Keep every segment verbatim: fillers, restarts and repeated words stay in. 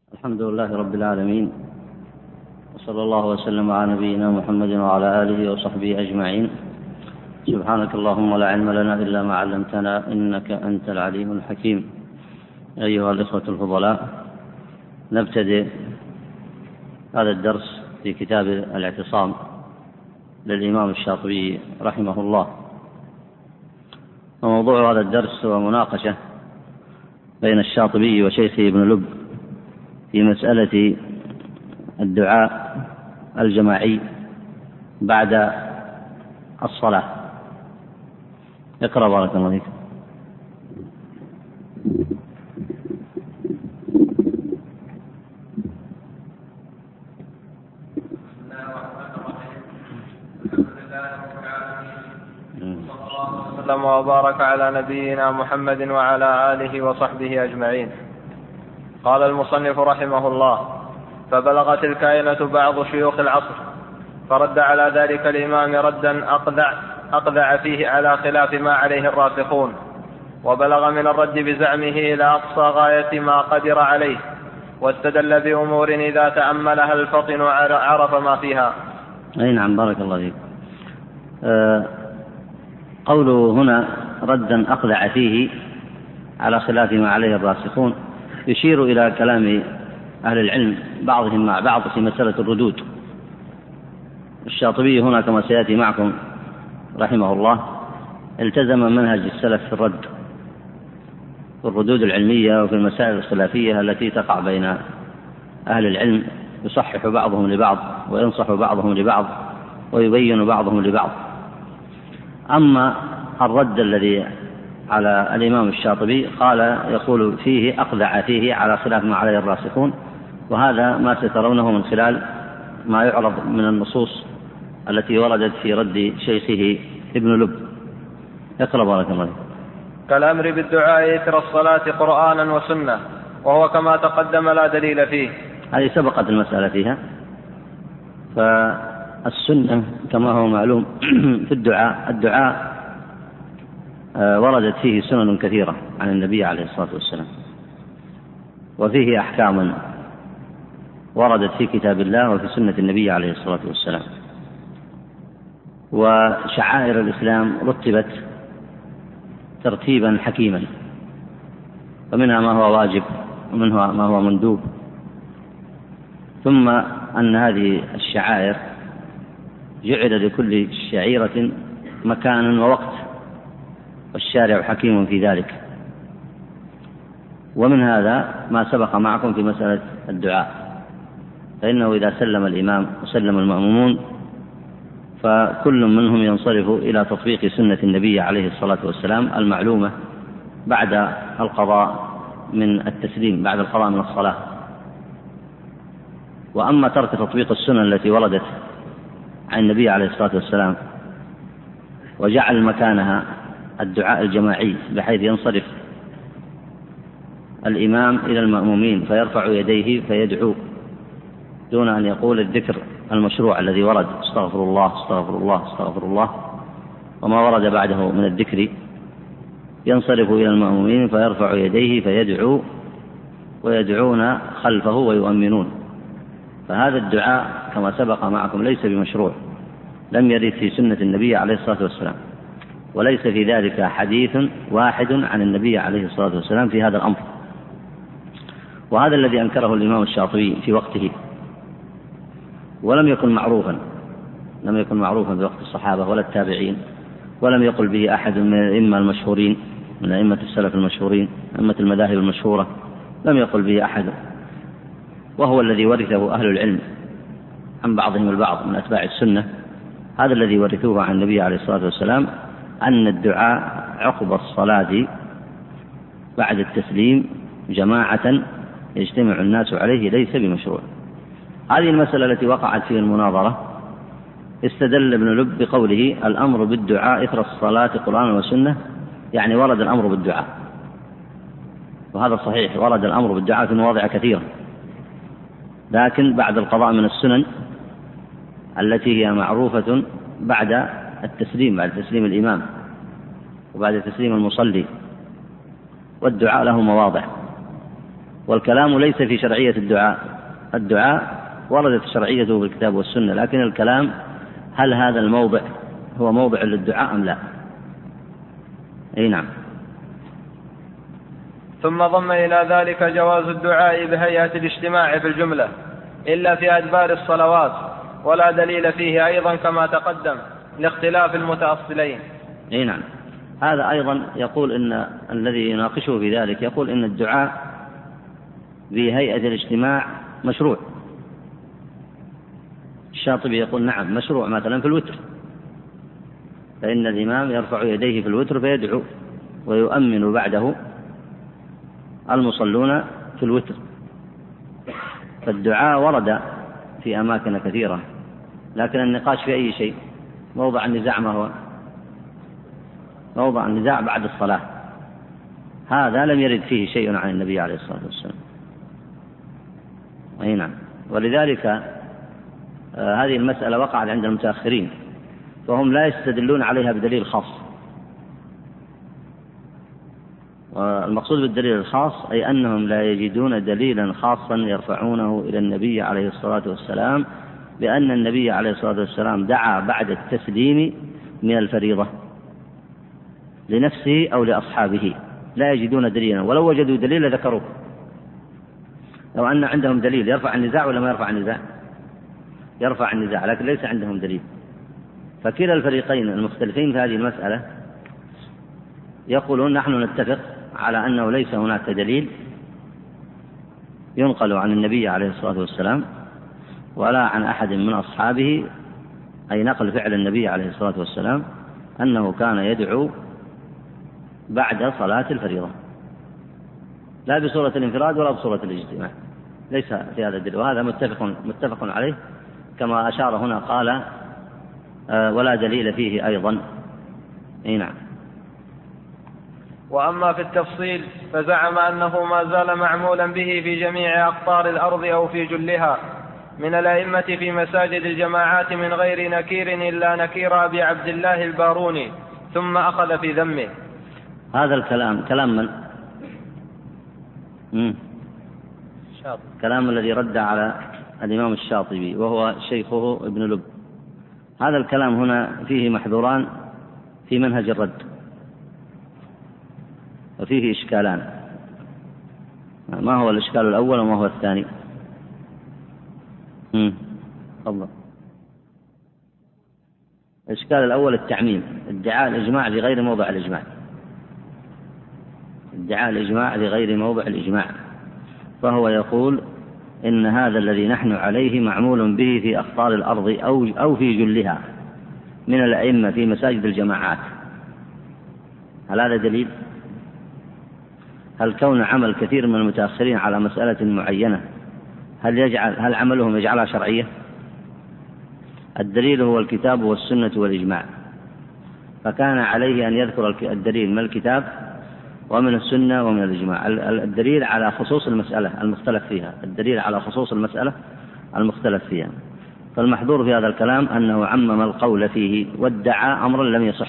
الحمد لله رب العالمين، وصلى الله وسلم على نبينا محمد وعلى آله وصحبه أجمعين. سبحانك اللهم لا علم لنا إلا ما علمتنا إنك أنت العليم الحكيم. أيها الإخوة الفضلاء، نبتدئ هذا الدرس في كتاب الاعتصام للإمام الشاطبي رحمه الله. وموضوع هذا الدرس هو مناقشة بين الشاطبي وشيخه ابن لب في مسألة الدعاء الجماعي بعد الصلاة. اقرأ بارك الله فيك. وسلم وبارك على نبينا محمد وعلى آله وصحبه أجمعين. قال المصنف رحمه الله: فبلغت الكائنة بعض شيوخ العصر فرد على ذلك الإمام ردا أقذع, أقذع فيه على خلاف ما عليه الراسخون، وبلغ من الرد بزعمه إلى أقصى غاية ما قدر عليه، واستدل بأمور إذا تأملها الفطن عرف ما فيها. أي نعم، بارك الله فيك. أه قوله هنا ردا أقذع فيه على خلاف ما عليه الراسخون يشير إلى كلام أهل العلم بعضهم مع بعض في مسألة الردود. الشاطبي هنا كما سيأتي معكم رحمه الله التزم منهج السلف في الرد، في الردود العلمية وفي المسائل الخلافية التي تقع بين أهل العلم، يصحح بعضهم لبعض وينصح بعضهم لبعض ويبين بعضهم لبعض. أما الرد الذي على الإمام الشاطبي قال يقول فيه أقذع فيه على خلاف ما عليه الراسخون، وهذا ما سترونه من خلال ما يعرض من النصوص التي وردت في رد شيخه ابن لب. اقرأ بارك الله. كالأمر بالدعاء إثر الصلاة قرآنا وسنة، وهو كما تقدم لا دليل فيه. هذه سبقت المسألة فيها. فالسنة كما هو معلوم في الدعاء الدعاء وردت فيه سنن كثيرة عن النبي عليه الصلاة والسلام، وفيه أحكام وردت في كتاب الله وفي سنة النبي عليه الصلاة والسلام. وشعائر الإسلام رتبت ترتيبا حكيما، فمنها ما هو واجب ومنها ما هو مندوب، ثم أن هذه الشعائر جعل لكل شعيرة مكان ووقت، والشارع حكيم في ذلك. ومن هذا ما سبق معكم في مسألة الدعاء، فإنه إذا سلم الإمام وسلم المأمومون فكل منهم ينصرف إلى تطبيق سنة النبي عليه الصلاة والسلام المعلومة بعد القضاء من التسليم، بعد القضاء من الصلاة. وأما ترك تطبيق السنن التي وردت عن النبي عليه الصلاة والسلام وجعل مكانها الدعاء الجماعي بحيث ينصرف الإمام إلى المأمومين فيرفع يديه فيدعو دون أن يقول الذكر المشروع الذي ورد استغفر الله استغفر الله استغفر الله وما ورد بعده من الذكر، ينصرف إلى المأمومين فيرفع يديه فيدعو ويدعون خلفه ويؤمنون. فهذا الدعاء كما سبق معكم ليس بمشروع، لم يرد في سنة النبي عليه الصلاة والسلام، وليس في ذلك حديث واحد عن النبي عليه الصلاة والسلام في هذا الأمر. وهذا الذي أنكره الإمام الشاطبي في وقته، ولم يكن معروفا لم يكن معروفا بوقت الصحابة ولا التابعين، ولم يقل به أحد من الأئمة المشهورين، من أئمة السلف المشهورين، أئمة المذاهب المشهورة، لم يقل به أحد، وهو الذي ورثه أهل العلم عن بعضهم البعض من أتباع السنة. هذا الذي ورثوه عن النبي عليه الصلاة والسلام أن الدعاء عقب الصلاة بعد التسليم جماعة يجتمع الناس عليه ليس بمشروع. هذه المسألة التي وقعت فيه المناظرة استدل ابن لب بقوله الأمر بالدعاء إثر الصلاة قرآن وسنة، يعني ورد الأمر بالدعاء، وهذا صحيح، ورد الأمر بالدعاء في مواضع كثيرة، لكن بعد القضاء من السنن التي هي معروفة بعد التسليم، بعد تسليم الإمام وبعد تسليم المصلي، والدعاء له مواضع. والكلام ليس في شرعية الدعاء. الدعاء وردت شرعيته في الكتاب والسنة، لكن الكلام هل هذا الموضع هو موضع للدعاء أم لا؟ أي نعم. ثم ضم إلى ذلك جواز الدعاء بهيئة الاجتماع في الجملة إلا في أدبار الصلوات، ولا دليل فيه أيضا كما تقدم لاختلاف المتأصلين. أي نعم. هذا أيضا يقول إن الذي يناقشه في ذلك يقول إن الدعاء بهيئة الاجتماع مشروع. الشاطبي يقول نعم مشروع مثلا في الوتر، فإن الإمام يرفع يديه في الوتر فيدعو ويؤمن بعده المصلون في الوتر. فالدعاء ورد في أماكن كثيرة، لكن النقاش في أي شيء. موضع النزاع ما هو؟ موضع النزاع بعد الصلاة، هذا لم يرد فيه شيء عن النبي عليه الصلاة والسلام. أي نعم. ولذلك آه هذه المسألة وقعت عند المتأخرين، فهم لا يستدلون عليها بدليل خاص. والمقصود بالدليل الخاص أي أنهم لا يجدون دليلا خاصا يرفعونه إلى النبي عليه الصلاة والسلام بأن النبي عليه الصلاة والسلام دعا بعد التسليم من الفريضة لنفسه أو لأصحابه. لا يجدون دليلا، ولو وجدوا دليل ذكروه. لو أن عندهم دليل يرفع النزاع ولا ما يرفع النزاع؟ يرفع النزاع، لكن ليس عندهم دليل. فكلا الفريقين المختلفين في هذه المسألة يقولون نحن نتفق على أنه ليس هناك دليل ينقل عن النبي عليه الصلاة والسلام ولا عن أحد من أصحابه، أي نقل فعل النبي عليه الصلاة والسلام أنه كان يدعو بعد صلاة الفريضة، لا بصورة الانفراد ولا بصورة الاجتماع. ليس في هذا الدليل، وهذا متفق, متفق عليه كما أشار هنا قال آه ولا دليل فيه أيضا. أي نعم. وأما في التفصيل فزعم أنه ما زال معمولا به في جميع أقطار الأرض أو في جلها من الأئمة في مساجد الجماعات من غير نكير إلا نكير أبي عبد الله الباروني، ثم أخذ في ذمه. هذا الكلام كلام من؟ مم. كلام الذي رد على الإمام الشاطبي وهو شيخه ابن لب. هذا الكلام هنا فيه محذوران في منهج الرد، وفيه إشكالان. ما هو الإشكال الأول وما هو الثاني؟ تفضل. الإشكال الأول التعميم، ادعاء الإجماع لغير موضع الإجماع، ادعاء الإجماع لغير موضع الإجماع. فهو يقول إن هذا الذي نحن عليه معمول به في أقطار الأرض أو أو في جلها من الأئمة في مساجد الجماعات. هل هذا دليل؟ هل كون عمل كثير من المتأخرين على مسألة معينة هل يجعل هل عملهم يجعلها شرعية؟ الدليل هو الكتاب والسنة والإجماع، فكان عليه أن يذكر الدليل من الكتاب ومن السنة ومن الإجماع. الدليل على خصوص المسألة المختلف فيها، الدليل على خصوص المسألة المختلف فيها. فالمحظور في هذا الكلام أنه عمم القول فيه وادعى أمرا لم يصح.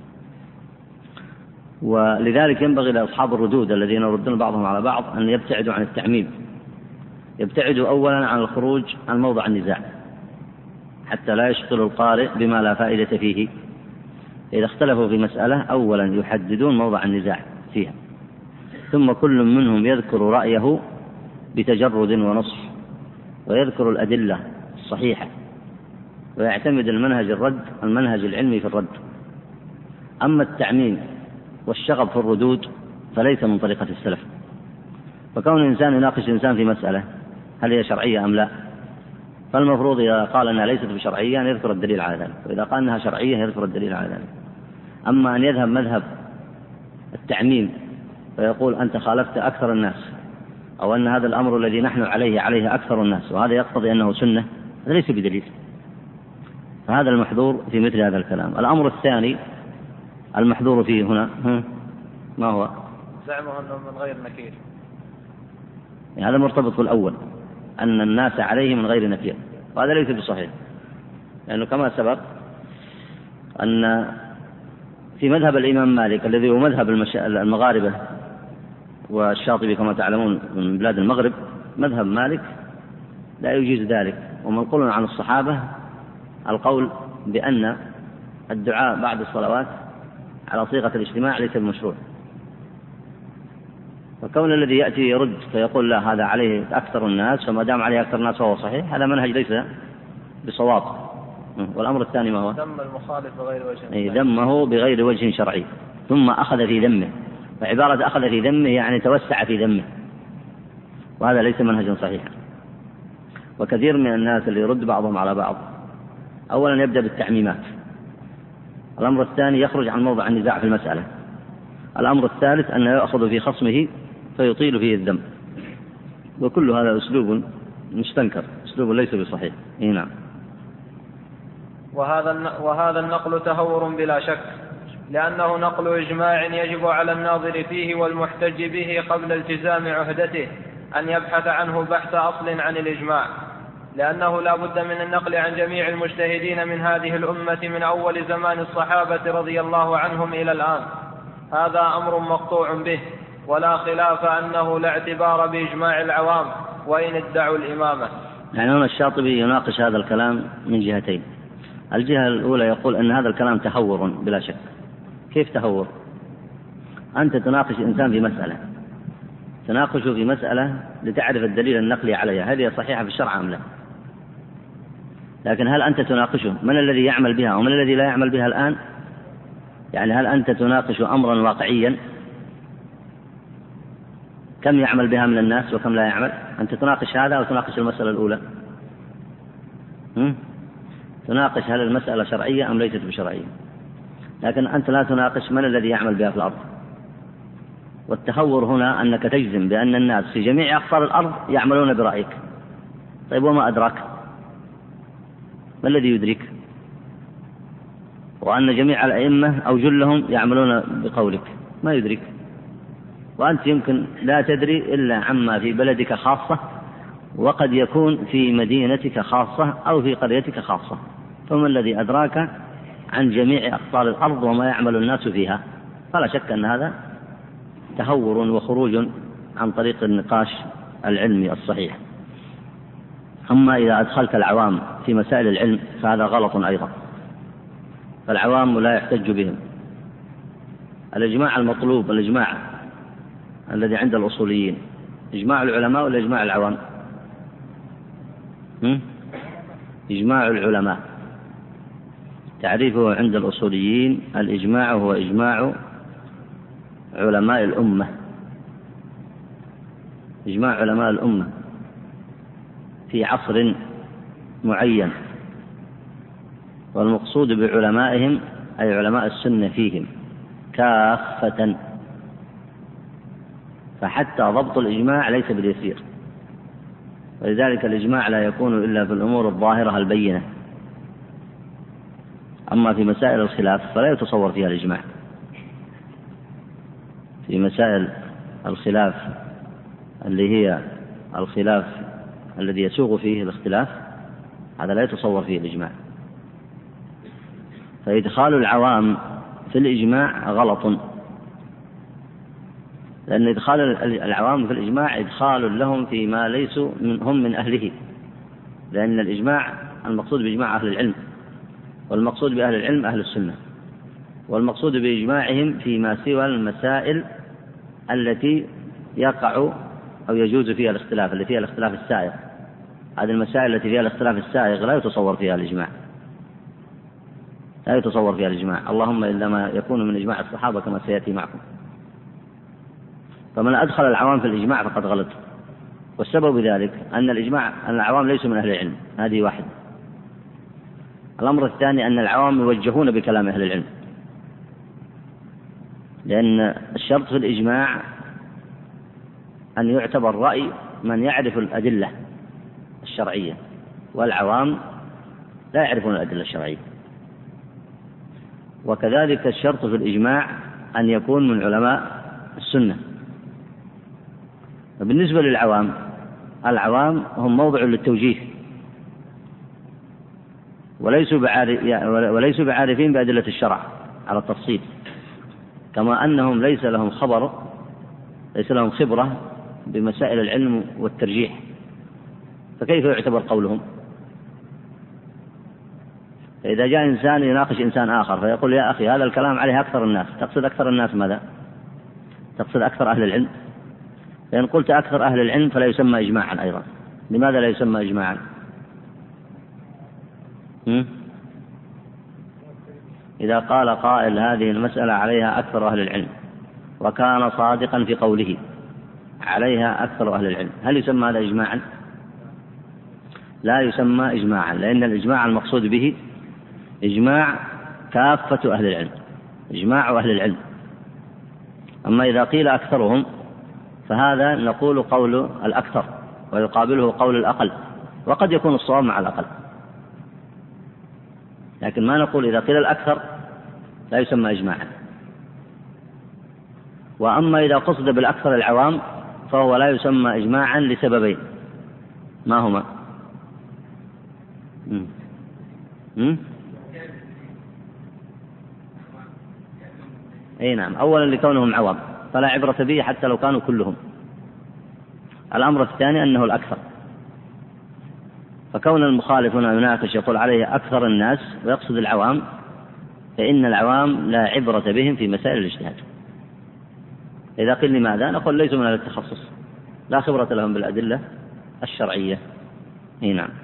ولذلك ينبغي لأصحاب الردود الذين يردون بعضهم على بعض أن يبتعدوا عن التعميم، يبتعدوا أولا عن الخروج عن موضع النزاع حتى لا يشغل القارئ بما لا فائدة فيه. إذا اختلفوا في مسألة أولا يحددون موضع النزاع فيها، ثم كل منهم يذكر رأيه بتجرد ونصح ويذكر الأدلة الصحيحة ويعتمد المنهج الرد المنهج العلمي في الرد. أما التعميم والشغب في الردود فليس من طريقة السلف. فكون الإنسان يناقش إنسان في مسألة هل هي شرعية أم لا، فالمفروض إذا قال أنها ليست بشرعية أن يذكر الدليل على ذلك، وإذا قال أنها شرعية يذكر الدليل على ذلك. أما أن يذهب مذهب التعميم ويقول أنت خالفت أكثر الناس، أو أن هذا الأمر الذي نحن عليه عليه أكثر الناس وهذا يقتضي أنه سنة، هذا ليس بدليل. فهذا المحظور في مثل هذا الكلام. الأمر الثاني المحظور فيه هنا ما هو؟ زعمه أنه من غير نكير، يعني هذا مرتبط بالأول أن الناس عليه من غير نكير، وهذا ليس بصحيح، لأنه كما سبق أن في مذهب الإمام مالك الذي هو مذهب المغاربة والشاطبي كما تعلمون من بلاد المغرب، مذهب مالك لا يجيز ذلك. ومنقول عن الصحابة القول بأن الدعاء بعد الصلوات على صيغة الاجتماع ليس بمشروع. فكون الذي يأتي يرد فيقول لا هذا عليه أكثر الناس، فما دام عليه أكثر الناس فهو صحيح، هذا منهج ليس بصواب. والأمر الثاني ما هو؟ ذم المخالف بغير وجه، أي ذمه بغير وجه شرعي، ثم أخذ في ذمه. وعبارة أخذ في ذمه يعني توسع في ذمه، وهذا ليس منهجا صحيحا. وكثير من الناس اللي يرد بعضهم على بعض أولا يبدأ بالتعميمات، الأمر الثاني يخرج عن موضع النزاع في المسألة، الأمر الثالث أن يأخذ في خصمه فيطيل فيه الذم، وكل هذا أسلوب مستنكر، أسلوب ليس بصحيح. إيه نعم. وهذا وهذا النقل تهور بلا شك، لأنه نقل إجماع يجب على الناظر فيه والمحتج به قبل التزام عهدته أن يبحث عنه بحث أصل عن الإجماع، لأنه لا بد من النقل عن جميع المجتهدين من هذه الأمة من أول زمان الصحابة رضي الله عنهم إلى الآن. هذا أمر مقطوع به، ولا خلاف أنه لا اعتبار بإجماع العوام وإن ادعوا الإمامة. يعني هنا الشاطبي يناقش هذا الكلام من جهتين. الجهة الأولى يقول أن هذا الكلام تهور بلا شك. كيف تهور؟ أنت تناقش إنسان في مسألة، تناقشه في مسألة لتعرف الدليل النقلي عليها هل هي صحيحة في الشرع أم لا. لكن هل أنت تناقشه من الذي يعمل بها ومن الذي لا يعمل بها الآن؟ يعني هل أنت تناقش أمرا واقعيا كم يعمل بها من الناس وكم لا يعمل؟ أنت تناقش هذا أو تناقش المسألة الأولى؟ هم؟ تناقش هل المسألة شرعية أم ليست بشرعية، لكن أنت لا تناقش من الذي يعمل بها في الأرض. والتهور هنا أنك تجزم بأن الناس في جميع أقطار الأرض يعملون برأيك. طيب وما أدراك؟ ما الذي يدرك؟ وأن جميع الأئمة أو جلهم يعملون بقولك، ما يدرك. وأنت يمكن لا تدري إلا عما في بلدك خاصة، وقد يكون في مدينتك خاصة أو في قريتك خاصة، فما الذي أدراك عن جميع أقطار الأرض وما يعمل الناس فيها؟ فلا شك أن هذا تهور وخروج عن طريق النقاش العلمي الصحيح. أما إذا أدخلت العوام في مسائل العلم فهذا غلط أيضا، فالعوام لا يحتج بهم. الإجماع المطلوب، الإجماع الذي عند الأصوليين، إجماع العلماء ولا إجماع العوام؟ هم؟ إجماع العلماء. تعريفه عند الأصوليين الإجماع هو إجماع علماء الأمة، إجماع علماء الأمة في عصر معين، والمقصود بعلمائهم أي علماء السنة فيهم كافة. فحتى ضبط الإجماع ليس باليسير، ولذلك الإجماع لا يكون إلا في الأمور الظاهرة البينة. أما في مسائل الخلاف فلا يتصور فيها الإجماع. في مسائل الخلاف اللي هي الخلاف الذي يسوغ فيه الاختلاف هذا لا يتصور فيه الإجماع. فإدخال العوام في الإجماع غلط، لأن إدخال العوام في الإجماع إدخال لهم فيما ليسوا من هم من أهله، لأن الإجماع المقصود بإجماع أهل العلم، والمقصود بأهل العلم أهل السنة، والمقصود بإجماعهم فيما سوى المسائل التي يقع أو يجوز فيها الاختلاف، التي فيها الاختلاف السائغ. هذه المسائل التي فيها الاختلاف السائغ لا يتصور فيها الإجماع، لا يتصور فيها الإجماع، اللهم إلا ما يكون من إجماع الصحابة كما سيأتي معكم. فمن أدخل العوام في الإجماع فقد غلط. والسبب ذلك أن الإجماع أن العوام ليسوا من أهل العلم، هذه واحد. الأمر الثاني أن العوام يوجهون بكلام أهل العلم، لأن الشرط في الإجماع أن يعتبر رأي من يعرف الأدلة الشرعية، والعوام لا يعرفون الأدلة الشرعية. وكذلك الشرط في الإجماع أن يكون من علماء السنة. بالنسبة للعوام، العوام هم موضع للتوجيه، وليسوا وليسوا بعارفين بأدلة الشرع على التفصيل، كما أنهم ليس لهم خبر ليس لهم خبرة بمسائل العلم والترجيح، فكيف يعتبر قولهم؟ فإذا جاء إنسان يناقش إنسان آخر فيقول يا أخي هذا الكلام عليه أكثر الناس، تقصد أكثر الناس ماذا؟ تقصد أكثر أهل العلم؟ فإن قلت أكثر أهل العلم فلا يسمى إجماعا أيضا. لماذا لا يسمى إجماعا؟ هم؟ إذا قال قائل هذه المسألة عليها أكثر أهل العلم وكان صادقا في قوله عليها أكثر أهل العلم، هل يسمى هذا إجماعا؟ لا يسمى إجماعا، لأن الإجماع المقصود به إجماع كافة أهل العلم، إجماع أهل العلم. أما إذا قيل أكثرهم فهذا نقول قول الأكثر ويقابله قول الأقل، وقد يكون الصواب مع الأقل، لكن ما نقول إذا قيل الأكثر لا يسمى إجماعا. وأما إذا قصد بالأكثر العوام فهو لا يسمى إجماعا لسببين، ما هما؟ مم. مم؟ أي نعم، أولا لكونهم عوام فلا عبرة به حتى لو كانوا كلهم. الأمر الثاني أنه الأكثر، فكون المخالف هنا يناقش يقول عليه أكثر الناس ويقصد العوام، فإن العوام لا عبرة بهم في مسائل الاجتهاد. إذا قيل لماذا؟ نقول ليسوا من أهل التخصص، لا خبرة لهم بالأدلة الشرعية. أي نعم.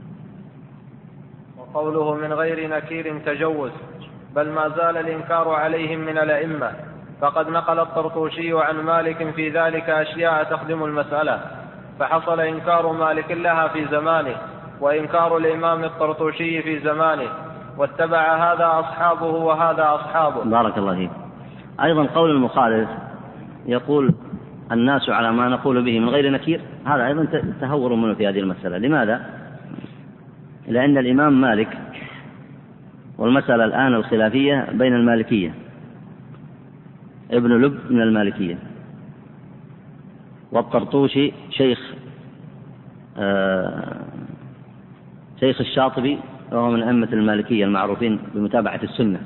وقوله من غير نكير تجوز، بل ما زال الإنكار عليهم من الأئمة، فقد نقل الطرطوشي عن مالك في ذلك أشياء تخدم المسألة، فحصل إنكار مالك لها في زمانه وإنكار الإمام الطرطوشي في زمانه، واتبع هذا أصحابه وهذا أصحابه. بارك الله فيك. أيضا قول المخالف يقول الناس على ما نقول به من غير نكير، هذا أيضا تهور منه في هذه المسألة. لماذا؟ لأن الإمام مالك، والمسألة الآن الخلافية بين المالكية، ابن لب من المالكية، والطرطوشي شيخ آه شيخ الشاطبي وهو من أئمة المالكية المعروفين بمتابعة السنة.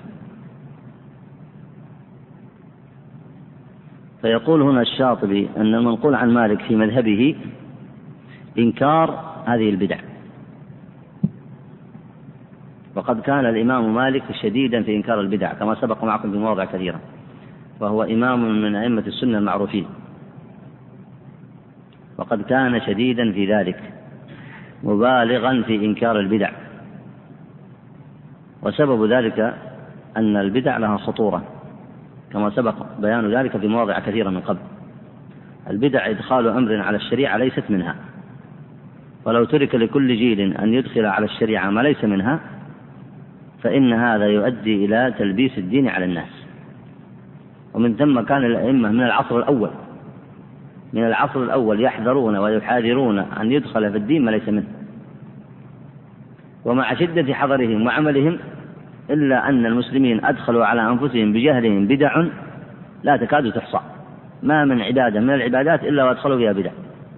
فيقول هنا الشاطبي أن المنقول عن مالك في مذهبه إنكار هذه البدع، وقد كان الإمام مالك شديدا في إنكار البدع كما سبق معكم بمواضع كثيرة، وهو إمام من أئمة السنة المعروفين، وقد كان شديدا في ذلك مبالغا في إنكار البدع. وسبب ذلك أن البدع لها خطورة كما سبق بيان ذلك في مواضع كثيرة من قبل. البدع إدخال أمر على الشريعة ليست منها، ولو ترك لكل جيل أن يدخل على الشريعة ما ليس منها فإن هذا يؤدي إلى تلبيس الدين على الناس. ومن ثم كان الأئمة من العصر الأول من العصر الأول يحذرون ويحاذرون أن يدخل في الدين ما ليس منه، ومع شدة حذرهم وعملهم إلا أن المسلمين أدخلوا على أنفسهم بجهلهم بدع لا تكاد تحصى، ما من عبادة من العبادات إلا وادخلوا فيها بدع.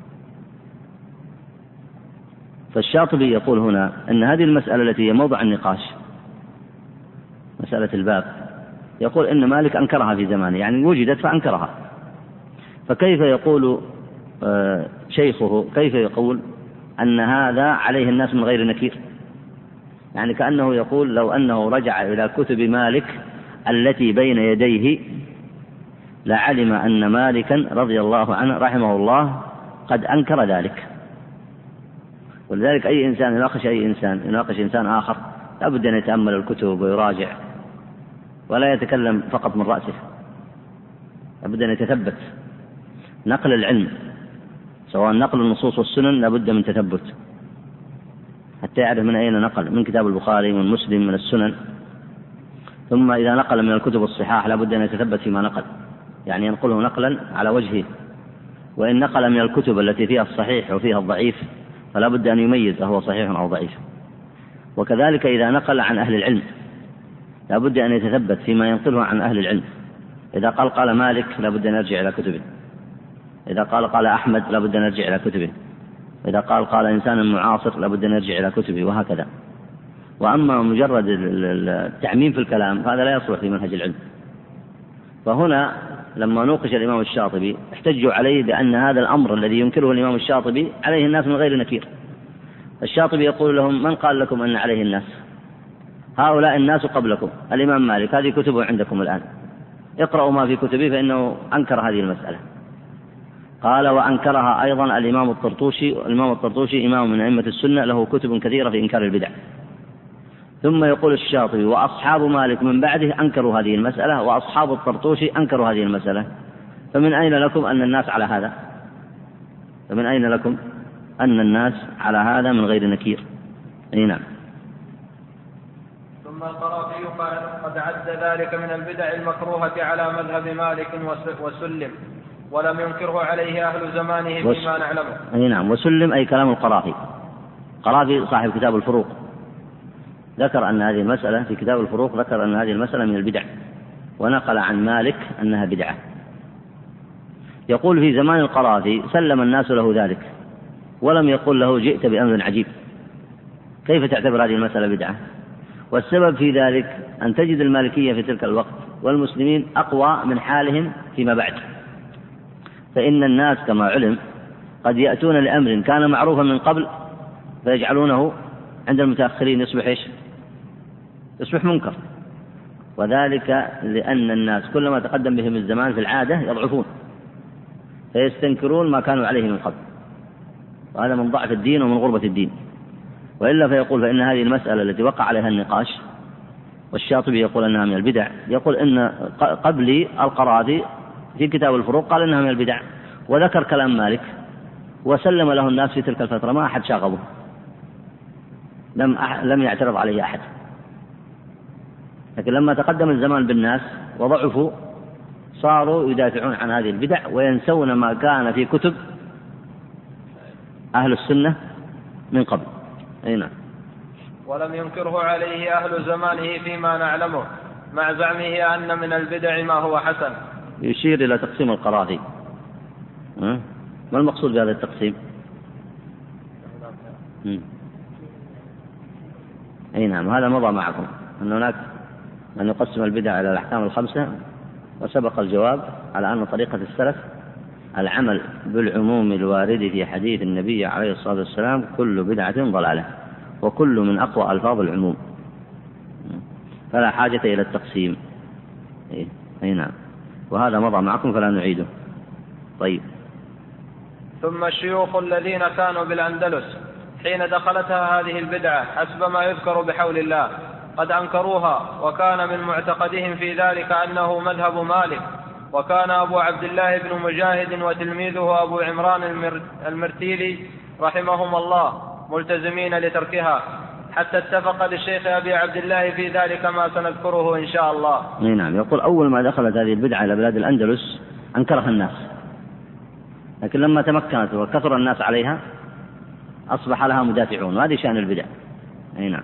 فالشاطبي يقول هنا أن هذه المسألة التي هي موضع النقاش، مسألة الباب، يقول إن مالك أنكرها في زمانه، يعني وجدت فأنكرها، فكيف يقول شيخه كيف يقول أن هذا عليه الناس من غير نكير؟ يعني كأنه يقول لو أنه رجع إلى كتب مالك التي بين يديه لعلم أن مالكا رضي الله عنه رحمه الله قد أنكر ذلك. ولذلك أي إنسان يناقش أي إنسان يناقش إنسان آخر لابد أن يتأمل الكتب ويراجع، ولا يتكلم فقط من رأسه، لابد أن يتثبت. نقل العلم سواء نقل النصوص والسنن لابد من تثبت حتى يعرف من أين نقل، من كتاب البخاري من مسلم من السنن. ثم إذا نقل من الكتب الصحاح لابد أن يتثبت فيما نقل، يعني ينقله نقلا على وجهه. وإن نقل من الكتب التي فيها الصحيح وفيها الضعيف فلا بد أن يميز أهو صحيح أو ضعيف. وكذلك إذا نقل عن أهل العلم لا بد أن يتثبت فيما ينقله عن أهل العلم. إذا قال قال مالك لا بد أن يرجع إلى كتبه، إذا قال قال أحمد لا بد أن يرجع إلى كتبه، إذا قال قال إنسان معاصر لا بد أن يرجع إلى كتبه، وهكذا. وأما مجرد التعميم في الكلام هذا لا يصلح في منهج العلم. فهنا لما نوقش الإمام الشاطبي احتجوا عليه بأن هذا الأمر الذي ينكره الإمام الشاطبي عليه الناس من غير نكير. الشاطبي يقول لهم: من قال لكم أن عليه الناس؟ هؤلاء الناس قبلكم، الإمام مالك، هذه كتبه عندكم الآن، اقرأوا ما في كتبه، فإنه أنكر هذه المسألة. قال: وأنكرها أيضا الإمام الطرطوشي، والإمام الطرطوشي إمام من أئمة السنة، له كتب كثيرة في إنكار البدع. ثم يقول الشاطبي: وأصحاب مالك من بعده أنكروا هذه المسألة، وأصحاب الطرطوشي أنكروا هذه المسألة، فمن أين لكم أن الناس على هذا؟ فمن أين لكم أن الناس على هذا من غير نكير؟ أي نعم. ثم القرافي قد عد ذلك من البدع المكروهة على مذهب مالك وسلم، ولم ينكره عليه أهل زمانه فيما نعلمه. أي نعم. وسلم أي كلام القرافي. القرافي صاحب كتاب الفروق ذكر أن هذه المسألة في كتاب الفروق، ذكر أن هذه المسألة من البدع، ونقل عن مالك أنها بدعة. يقول: في زمان القرافي سلم الناس له ذلك، ولم يقل له: جئت بأمر عجيب، كيف تعتبر هذه المسألة بدعة؟ والسبب في ذلك أن تجد المالكية في تلك الوقت والمسلمين أقوى من حالهم فيما بعد، فإن الناس كما علم قد يأتون لأمر كان معروفا من قبل فيجعلونه عند المتأخرين يصبح إيش؟ يصبح منكر، وذلك لأن الناس كلما تقدم بهم الزمان في العادة يضعفون فيستنكرون ما كانوا عليه من قبل، وهذا من ضعف الدين ومن غربة الدين. وإلا فيقول فإن هذه المسألة التي وقع عليها النقاش، والشاطبي يقول أنها من البدع، يقول إن قبلي القرافي في كتاب الفروق قال إنها من البدع، وذكر كلام مالك وسلم له الناس في تلك الفترة، ما أحد شاغبه، لم لم يعترض عليه أحد. لكن لما تقدم الزمان بالناس وضعفوا صاروا يدافعون عن هذه البدع وينسون ما كان في كتب أهل السنة من قبل. أي نعم. ولم ينكره عليه أهل زمانه فيما نعلمه، مع زعمه أن من البدع ما هو حسن. يشير إلى تقسيم القرافي. ما المقصود بهذا التقسيم؟ أي نعم. هذا مضى معكم أن هناك أن يقسم البدع إلى الأحكام الخمسة، وسبق الجواب على أن طريقة السلف العمل بالعموم الوارد في حديث النبي عليه الصلاة والسلام: كل بدعة ضلالة، وكل من أقوى ألفاظ العموم، فلا حاجة إلى التقسيم. أي نعم. وهذا مضى معكم فلا نعيده. طيب. ثم الشيوخ الذين كانوا بالأندلس حين دخلتها هذه البدعة حسب ما يذكر بحول الله قد أنكروها، وكان من معتقدهم في ذلك أنه مذهب مالك، وكان أبو عبد الله بن مجاهد وتلميذه أبو عمران المرتيلي رحمهم الله ملتزمين لتركها، حتى اتفق للشيخ أبي عبد الله في ذلك ما سنذكره إن شاء الله. نعم. يقول: أول ما دخلت هذه البدعة إلى بلاد الأندلس أنكرها الناس، لكن لما تمكنت وكثر الناس عليها أصبح لها مدافعون، وهذه شأن البدع. أي نعم.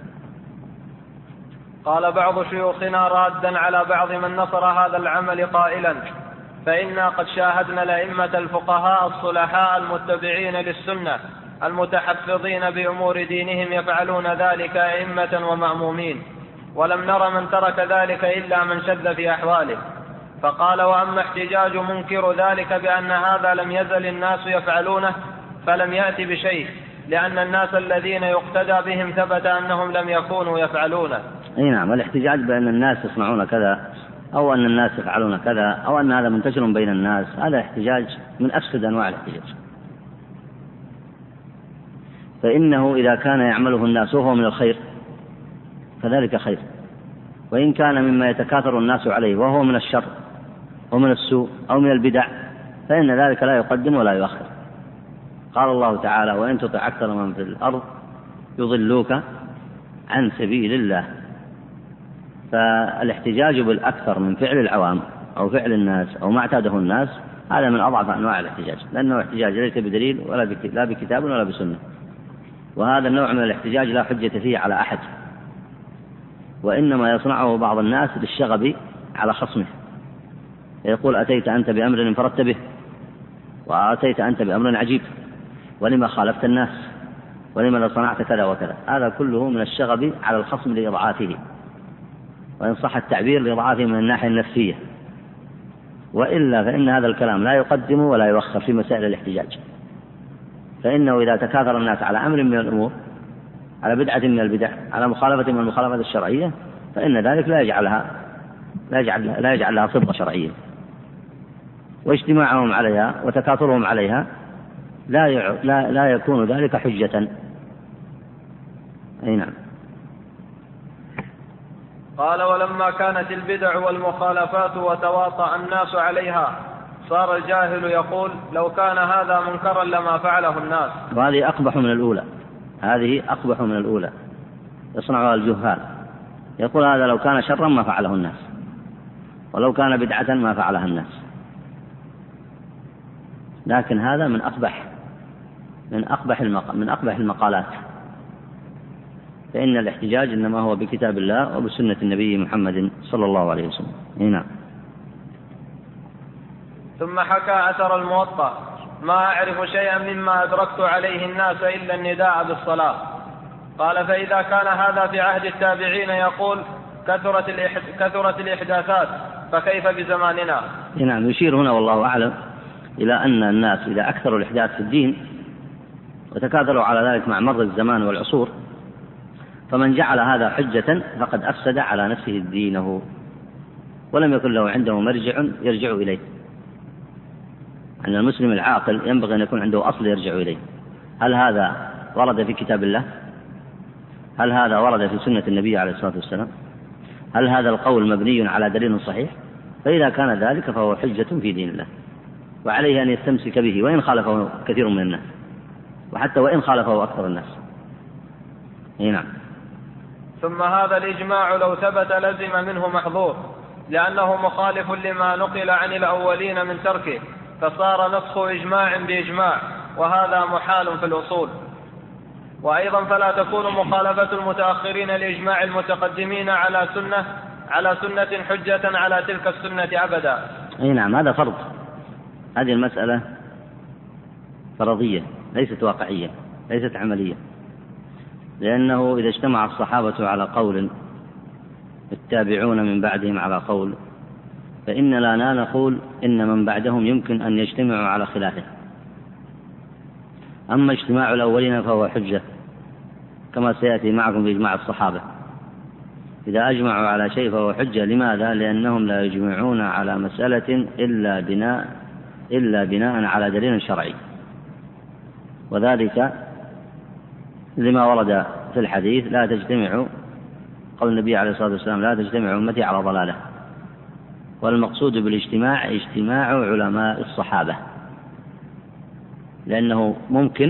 قال بعض شيوخنا رادا على بعض من نصر هذا العمل قائلا: فإنا قد شاهدنا الأئمة الفقهاء الصلحاء المتبعين للسنة المتحفظين بأمور دينهم يفعلون ذلك أئمة ومأمومين، ولم نر من ترك ذلك إلا من شذ في أحواله. فقال: وأما احتجاج منكر ذلك بأن هذا لم يزل الناس يفعلونه فلم يأتي بشيء، لأن الناس الذين يقتدى بهم ثبت أنهم لم يكونوا يفعلونه. أي نعم. الاحتجاج بأن الناس يصنعون كذا، أو أن الناس يفعلون كذا، أو أن هذا منتشر بين الناس، هذا احتجاج من أفسد أنواع الاحتجاج. فإنه إذا كان يعمله الناس وهو من الخير فذلك خير، وإن كان مما يتكاثر الناس عليه وهو من الشر ومن السوء أو من البدع فإن ذلك لا يقدم ولا يؤخر. قال الله تعالى: وإن تطع أكثر من في الأرض يضلوك عن سبيل الله. فالاحتجاج بالأكثر من فعل العوام أو فعل الناس أو ما اعتاده الناس هذا من أضعف أنواع الاحتجاج، لأنه احتجاج ليس بدليل ولا لا بكتاب ولا بسنة، وهذا النوع من الاحتجاج لا حجة فيه على أحد، وإنما يصنعه بعض الناس للشغب على خصمه، يقول: أتيت أنت بأمر انفردت به، وأتيت أنت بأمر عجيب، ولما خالفت الناس، ولما صنعت كذا وكذا. هذا كله من الشغب على الخصم لإضعافه، وإن صح التعبير لإضعافه من الناحية النفسية. وإلا فإن هذا الكلام لا يقدم ولا يؤخر في مسائل الاحتجاج، فإنه إذا تكاثر الناس على أمر من الأمور، على بدعة من البدع، على مخالفة من المخالفات الشرعية، فإن ذلك لا يجعلها لا يجعل لا يجعل لها صبغة شرعية، واجتماعهم عليها وتكاثرهم عليها لا لا لا يكون ذلك حجة. أي نعم. قال: ولما كانت البدع والمخالفات وتواطأ الناس عليها صار الجاهل يقول: لو كان هذا منكرا لما فعله الناس. وهذه أقبح من الأولى، هذه أقبح من الأولى يصنعها الجهال، يقول هذا لو كان شرا ما فعله الناس، ولو كان بدعة ما فعلها الناس. لكن هذا من أقبح من أقبح المق... من أقبح المقالات، فإن الاحتجاج إنما هو بكتاب الله وبسنة النبي محمد صلى الله عليه وسلم. هنا. ثم حكى أثر الموطأ: ما أعرف شيئا مما أدركت عليه الناس إلا النداء بالصلاة. قال: فإذا كان هذا في عهد التابعين يقول كثرت, الإح... كثرت الإحداثات، فكيف بزماننا؟ نعم. يشير هنا والله أعلم إلى أن الناس إذا أكثروا الإحداث في الدين وتكاثروا على ذلك مع مر الزمان والعصور، فمن جعل هذا حجة فقد أفسد على نفسه دينه، ولم يكن له عنده مرجع يرجع إليه. أن المسلم العاقل ينبغي أن يكون عنده أصل يرجع إليه. هل هذا ورد في كتاب الله؟ هل هذا ورد في سنة النبي عليه الصلاة والسلام؟ هل هذا القول مبني على دليل صحيح؟ فإذا كان ذلك فهو حجة في دين الله، وعليه أن يستمسك به وإن خالفه كثير من الناس، وحتى وإن خالفه أكثر الناس. نعم. ثم هذا الإجماع لو ثبت لزم منه محظور، لأنه مخالف لما نقل عن الأولين من تركه، فصار نسخ إجماع بإجماع، وهذا محال في الأصول. وأيضا فلا تكون مخالفة المتأخرين لإجماع المتقدمين على سنة على سنة حجة على تلك السنة أبدا. أي نعم. هذا فرض، هذه المسألة فرضية ليست واقعية، ليست عملية، لأنه إذا اجتمع الصحابة على قول التابعون من بعدهم على قول، فإن لا نقول إن من بعدهم يمكن أن يجتمعوا على خلافه. أما اجتماع الأولين فهو حجة كما سيأتي معكم بإجماع الصحابة. إذا أجمعوا على شيء فهو حجة. لماذا؟ لأنهم لا يجمعون على مسألة إلا بناء إلا بناء على دليل شرعي، وذلك لما ورد في الحديث: لا تجتمع، قول النبي عليه الصلاة والسلام: لا تجتمع أمتي على ضلالة. والمقصود بالاجتماع اجتماع علماء الصحابة، لأنه ممكن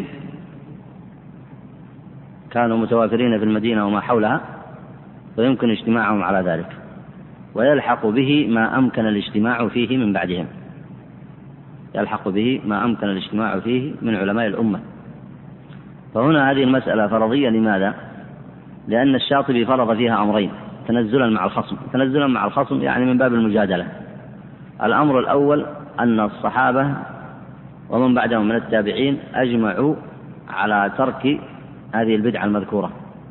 كانوا متوافرين في المدينة وما حولها، ويمكن اجتماعهم على ذلك، ويلحق به ما أمكن الاجتماع فيه من بعدهم، يلحق به ما أمكن الاجتماع فيه من علماء الأمة. فهنا هذه المسألة فرضية. لماذا؟ لأن الشاطبي فرض فيها أمرين تنزلا مع الخصم. تنزلا مع الخصم يعني من باب المجادلة. الأمر الأول أن الصحابة ومن بعدهم من التابعين أجمعوا على ترك هذه البدعة المذكورة،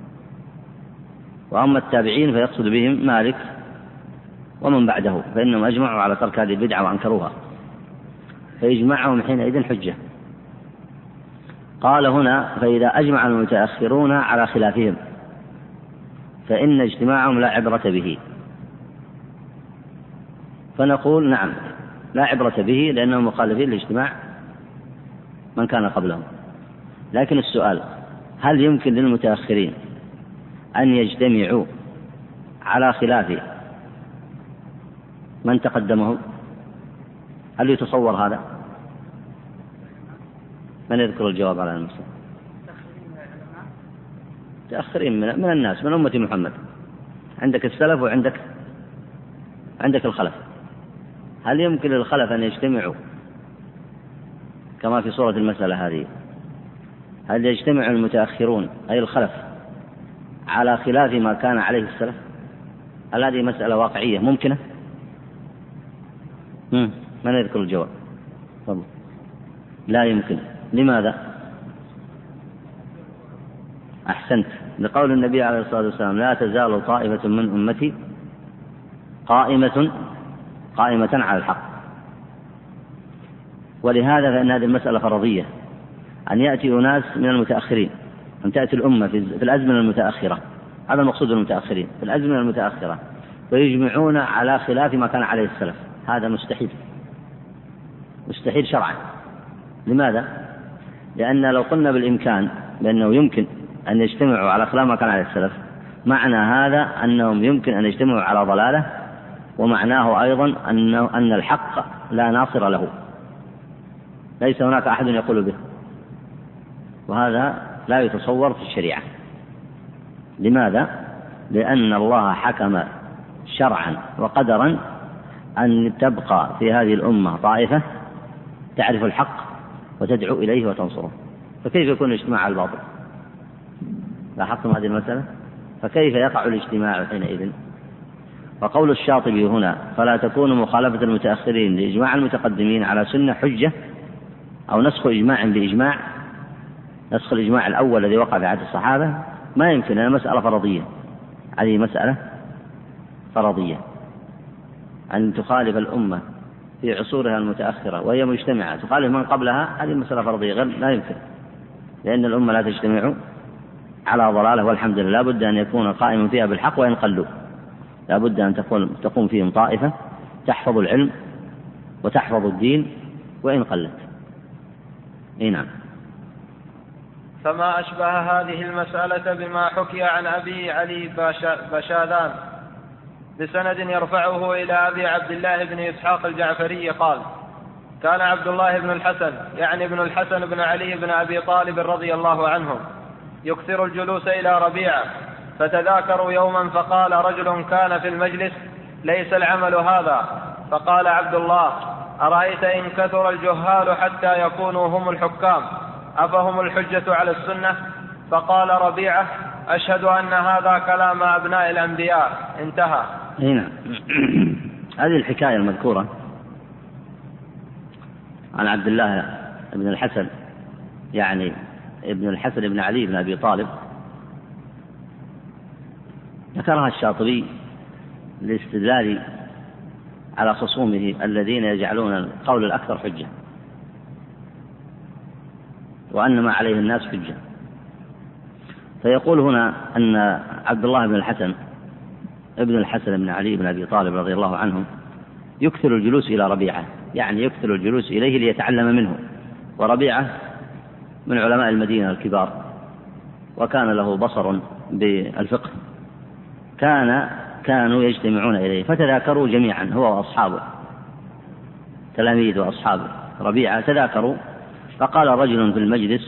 وأما التابعين فيقصد بهم مالك ومن بعده، فإنهم أجمعوا على ترك هذه البدعة وأنكروها، فإجماعهم حينئذ حجة. قال هنا: فإذا أجمع المتأخرون على خلافهم فإن اجتماعهم لا عبرة به. فنقول: نعم، لا عبرة به لأنهم مخالفين لاجتماع من كان قبلهم. لكن السؤال: هل يمكن للمتأخرين أن يجتمعوا على خلاف من تقدمهم؟ هل يتصور هذا؟ من يذكر الجواب على المسألة؟ متأخرين من, من الناس من أمة محمد. عندك السلف وعندك عندك الخلف. هل يمكن للخلف أن يجتمعوا كما في صورة المسألة هذه؟ هل يجتمع المتأخرون أي الخلف على خلاف ما كان عليه السلف؟ هل هذه مسألة واقعية ممكنة؟ مم. من يذكر الجواب؟ طبعا. لا يمكن. لماذا؟ أحسنت. لقول النبي عليه الصلاة والسلام: لا تزال طائفة من أمتي قائمة قائمة على الحق. ولهذا فإن هذه المسألة فرضية، أن يأتي أناس من المتأخرين، أن تأتي الأمة في الأزمنة المتأخرة، هذا المقصود المتأخرين في الأزمنة المتأخرة، ويجمعون على خلاف ما كان عليه السلف، هذا مستحيل، مستحيل شرعا. لماذا؟ لأن لو قلنا بالإمكان بأنه يمكن أن يجتمعوا على خلاف ما كان عليه السلف، معنى هذا أنهم يمكن أن يجتمعوا على ضلالة، ومعناه أيضا أنه أن الحق لا ناصر له، ليس هناك أحد يقول به، وهذا لا يتصور في الشريعة. لماذا؟ لأن الله حكم شرعا وقدرا أن تبقى في هذه الأمة طائفة تعرف الحق وتدعو إليه وتنصره، فكيف يكون الاجتماع على الباطل؟ لاحظتم هذه المسألة؟ فكيف يقع الاجتماع حينئذ؟ وقول الشاطبي هنا فلا تكون مخالفة المتأخرين لإجماع المتقدمين على سنة حجة أو نسخ إجماع بإجماع، نسخ الإجماع الأول الذي وقع في عهد الصحابة ما يمكن، لأنها مسألة فرضية، هذه مسألة فرضية أن تخالف الأمة في عصورها المتأخرة وهي مجتمعة تخالف من قبلها، هذه مسألة فرضية غير لا يمكن، لأن الأمة لا تجتمع على ضلالة، والحمد لله بد أن يكون قائم فيها بالحق وإن قلوا، لا بد أن تكون تقوم فيهم طائفة تحفظ العلم وتحفظ الدين وإن قلت. إيه نعم. فما أشبه هذه المسألة بما حكي عن أبي علي بشاذان بسند يرفعه إلى أبي عبد الله بن إسحاق الجعفري قال: كان عبد الله بن الحسن يعني ابن الحسن بن علي بن أبي طالب رضي الله عنهم يكثر الجلوس إلى ربيعة، فتذاكروا يوما فقال رجل كان في المجلس: ليس العمل هذا. فقال عبد الله: أرأيت إن كثر الجهال حتى يكونوا هم الحكام أفهم الحجة على السنة؟ فقال ربيعة: أشهد أن هذا كلام أبناء الأنبياء. انتهى. هنا هذه الحكاية المذكورة عن عبد الله بن الحسن يعني ابن الحسن بن علي بن أبي طالب ذكرها الشاطبي للاستدلال على خصومه الذين يجعلون القول الأكثر حجة، وأن ما عليه الناس حجة. فيقول هنا أن عبد الله بن الحسن ابن الحسن بن علي بن أبي طالب رضي الله عنهم يكثر الجلوس إلى ربيعة، يعني يكثر الجلوس إليه ليتعلم منه، وربيعة من علماء المدينة الكبار، وكان له بصر بالفقه، كان كانوا يجتمعون إليه فتذاكروا جميعا هو وأصحابه، تلاميذ وأصحابه ربيعة تذاكروا، فقال رجل في المجلس: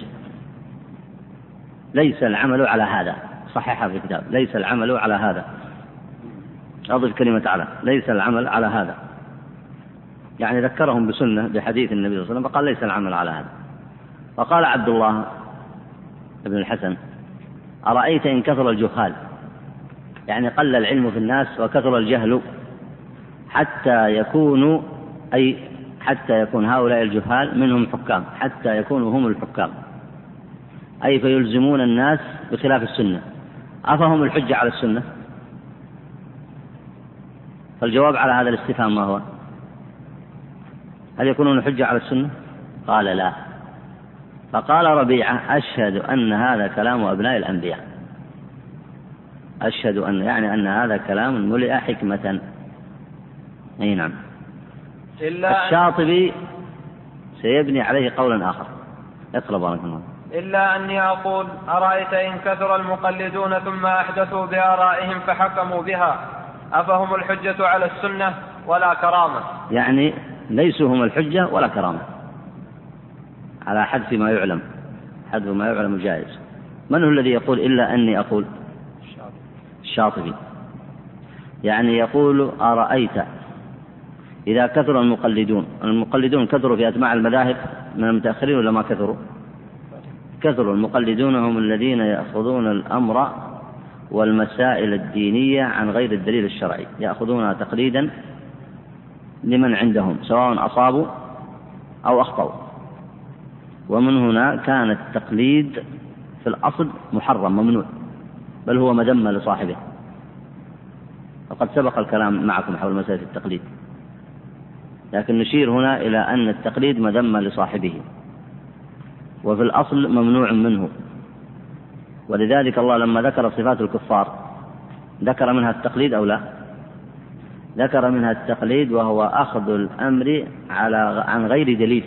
ليس العمل على هذا، صححها في الكتاب، ليس العمل على هذا، أضف كلمة على، ليس العمل على هذا، يعني ذكرهم بسنة بحديث النبي صلى الله عليه وسلم، فقال ليس العمل على هذا. فقال عبد الله بن الحسن: أرأيت إن كثر الجهال، يعني قل العلم في الناس وكثر الجهل حتى يكونوا أي حتى يكون هؤلاء الجهال منهم حكام، حتى يكونوا هم الحكام، أي فيلزمون الناس بخلاف السنة، أفهم الحجة على السنة؟ فالجواب على هذا الاستفهام ما هو؟ هل يكونون حجة على السنة؟ قال لا. فقال ربيعة: أشهد أن هذا كلام أبناء الأنبياء، أشهد أن يعني أن هذا كلام ملئ حكمة. أي نعم. الشاطبي سيبني عليه قولا آخر، اقرأ بارك الله. إلا أني أقول: أرأيت إن كثر المقلدون ثم أحدثوا بآرائهم فحكموا بها أفهم الحجة على السنة ولا كرامة؟ يعني ليسوا هم الحجة ولا كرامة، على حذف ما يعلم، حذف ما يعلم جائز. من هو الذي يقول إلا أني أقول؟ الشاطبي، يعني يقول: أرأيت إذا كثر المقلدون، المقلدون كثروا في أتباع المذاهب من المتأخرين ولا ما كثروا؟ كثروا. المقلدون هم الذين يأخذون الأمر والمسائل الدينية عن غير الدليل الشرعي، يأخذونها تقليدا لمن عندهم سواء أصابوا أو أخطأوا، ومن هنا كان التقليد في الأصل محرم ممنوع، بل هو مذمة لصاحبه، وقد سبق الكلام معكم حول مسألة التقليد. لكن نشير هنا إلى أن التقليد مذمة لصاحبه، وفي الأصل ممنوع منه. ولذلك الله لما ذكر صفات الكفار ذكر منها التقليد أو لا؟ ذكر منها التقليد، وهو أخذ الأمر على عن غير دليل.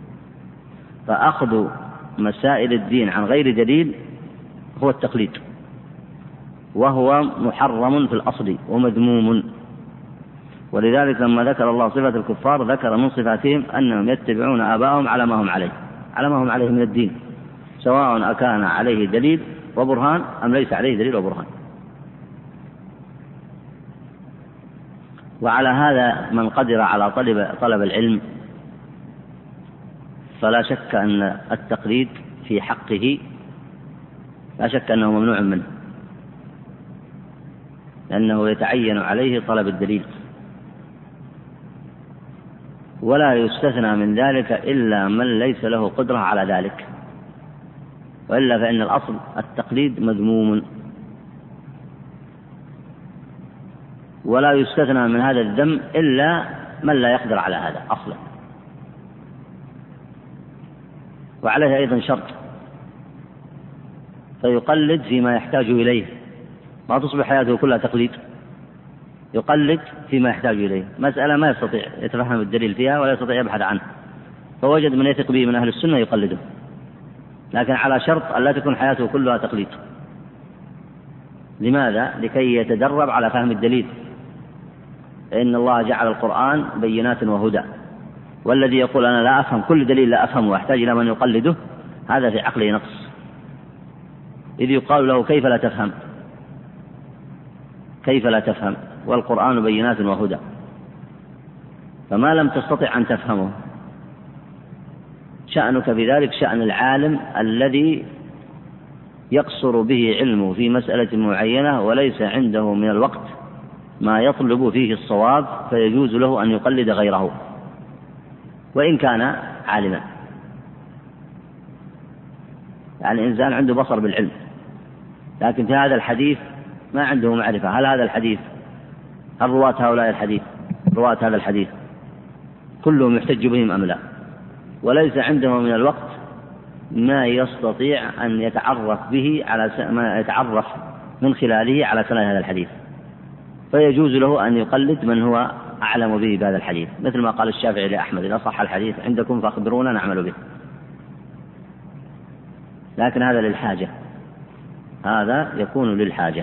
فأخذ مسائل الدين عن غير دليل هو التقليد، وهو محرم في الأصل ومذموم. ولذلك لما ذكر الله صفة الكفار ذكر من صفاتهم أنهم يتبعون آباءهم على ما هم عليه على ما هم عليه من الدين، سواء أكان عليه دليل وبرهان أم ليس عليه دليل وبرهان. وعلى هذا من قدر على طلب, طلب العلم فلا شك أن التقليد في حقه لا شك أنه ممنوع منه، لأنه يتعين عليه طلب الدليل، ولا يستثنى من ذلك إلا من ليس له قدرة على ذلك، وإلا فإن الأصل التقليد مذموم. ولا يستثنى من هذا الذم إلا من لا يقدر على هذا أصلا. وعليه أيضا شرط، فيقلد فيما يحتاج إليه، ما تصبح حياته كلها تقليد، يقلد فيما يحتاج إليه. مسألة ما يستطيع يتفهم الدليل فيها ولا يستطيع يبحث عنه، فوجد من يثق به من أهل السنة يقلده، لكن على شرط أن لا تكون حياته كلها تقليد. لماذا؟ لكي يتدرب على فهم الدليل، فإن الله جعل القرآن بينات وهدى، والذي يقول أنا لا أفهم كل دليل لا أفهمه وأحتاج إلى من يقلده هذا في عقله نقص، إذ يقال له كيف لا تفهم كيف لا تفهم والقرآن بينات وهدى. فما لم تستطع أن تفهمه شأنك في ذلك شأن العالم الذي يقصر به علمه في مسألة معينة وليس عنده من الوقت ما يطلب فيه الصواب، فيجوز له أن يقلد غيره وإن كان عالما. يعني إنسان عنده بصر بالعلم لكن في هذا الحديث ما عنده معرفة، هل هذا الحديث هل رواة هؤلاء الحديث رواة هذا الحديث كلهم يحتج بهم أم لا، وليس عنده من الوقت ما يستطيع أن يتعرف به على ما يتعرف من خلاله على سند هذا الحديث، فيجوز له أن يقلد من هو أعلم به بهذا الحديث، مثل ما قال الشافعي لأحمد إذا صح الحديث عندكم فأخبرونا نعمل به. لكن هذا للحاجة، هذا يكون للحاجة.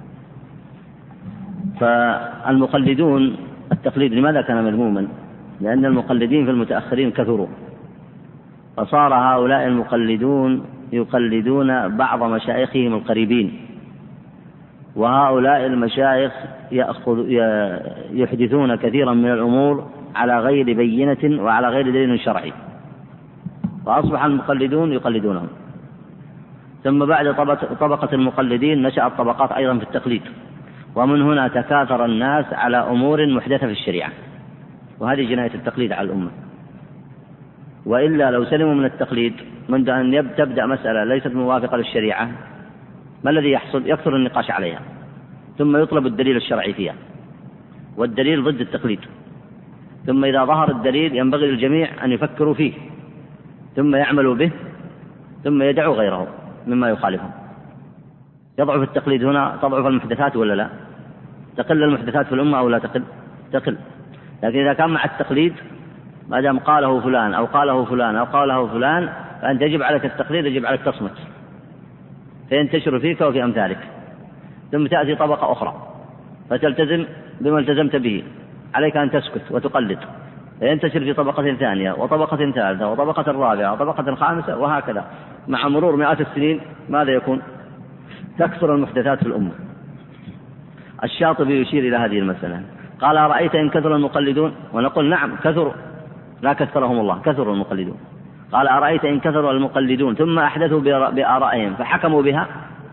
فالمقلدون التقليد لماذا كان مذموما؟ لأن المقلدين في المتأخرين كثروا، فصار هؤلاء المقلدون يقلدون بعض مشايخهم القريبين، وهؤلاء المشايخ يأخذ يحدثون كثيرا من الأمور على غير بينة وعلى غير دليل شرعي، فأصبح المقلدون يقلدونهم. ثم بعد طبقة المقلدين نشأت طبقات أيضا في التقليد، ومن هنا تكاثر الناس على أمور محدثة في الشريعة، وهذه جناية التقليد على الأمة. وإلا لو سلموا من التقليد منذ أن تبدأ مسألة ليست موافقة للشريعة ما الذي يحصل؟ يكثر النقاش عليها، ثم يطلب الدليل الشرعي فيها، والدليل ضد التقليد، ثم إذا ظهر الدليل ينبغي للجميع أن يفكروا فيه ثم يعملوا به ثم يدعوا غيره مما يخالفه. يضعف التقليد هنا، تضعف المحدثات ولا لا؟ تقل المحدثات في الأمة أو لا تقل؟ تقل. لكن إذا كان مع التقليد ما دام قاله فلان أو قاله فلان أو قاله فلان فأنت يجب عليك التقليد، يجب عليك تصمت فينتشر فيك وفي أمثالك. ثم تأتي طبقة أخرى فتلتزم بما التزمت به، عليك أن تسكت وتقلد، فينتشر في طبقة ثانية وطبقة ثالثة وطبقة رابعة وطبقة خامسة، وهكذا مع مرور مئات السنين ماذا يكون؟ تكثر المحدثات في الأمة. الشاطبي يشير إلى هذه المسألة، قال أرأيت إن كثر المقلدون؟ ونقول نعم كثروا، لا كثرهم الله، كثروا المقلدون. قال أرأيت إن كثر المقلدون ثم أحدثوا بآرائهم فحكموا بها،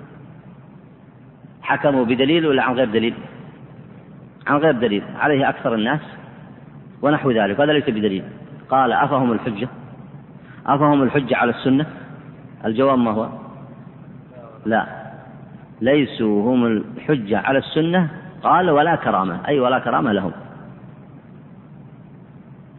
حكموا بدليل ولا عن غير دليل؟ عن غير دليل، عليه أكثر الناس ونحو ذلك، هذا ليس بدليل. قال أفهم الحجة؟ أفهم الحجة على السنة؟ الجواب ما هو؟ لا، ليسوا هم الحجة على السنة. قال ولا كرامة، أي ولا كرامة لهم.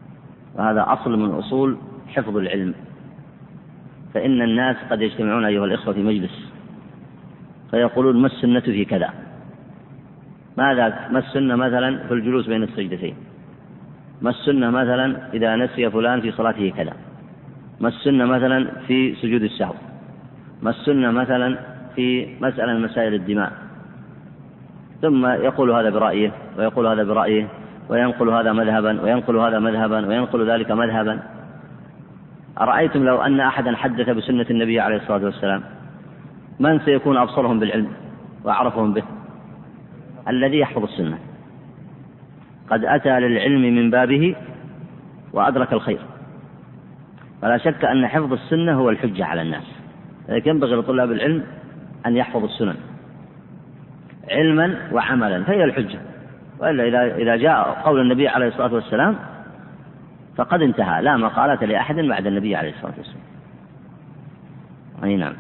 وهذا أصل من أصول حفظ العلم. فإن الناس قد يجتمعون أيها الإخوة في مجلس فيقولون ما السنة في كذا، ماذا ما السنة مثلا في الجلوس بين السجدتين، ما السنة مثلا إذا نسي فلان في صلاته كذا، ما السنة مثلا في سجود السهو، ما السنة مثلا في مسألة من مسائل الدماء، ثم يقول هذا برأيه ويقول هذا برأيه وينقل هذا مذهبا وينقل هذا مذهبا وينقل ذلك مذهبا. أرأيتم لو أن أحدا حدث بسنة النبي عليه الصلاة والسلام من سيكون أبصرهم بالعلم وأعرفهم به؟ الذي يحفظ السنة، قد أتى للعلم من بابه وأدرك الخير. فلا شك أن حفظ السنة هو الحجة على الناس، لذلك ينبغي لطلاب العلم أن يحفظوا السنن علما وعملا فهي الحجة، وإلا إذا إذا جاء قول النبي عليه الصلاة والسلام فقد انتهى، لا مقالة لأحد بعد النبي عليه الصلاة والسلام. أي نعم.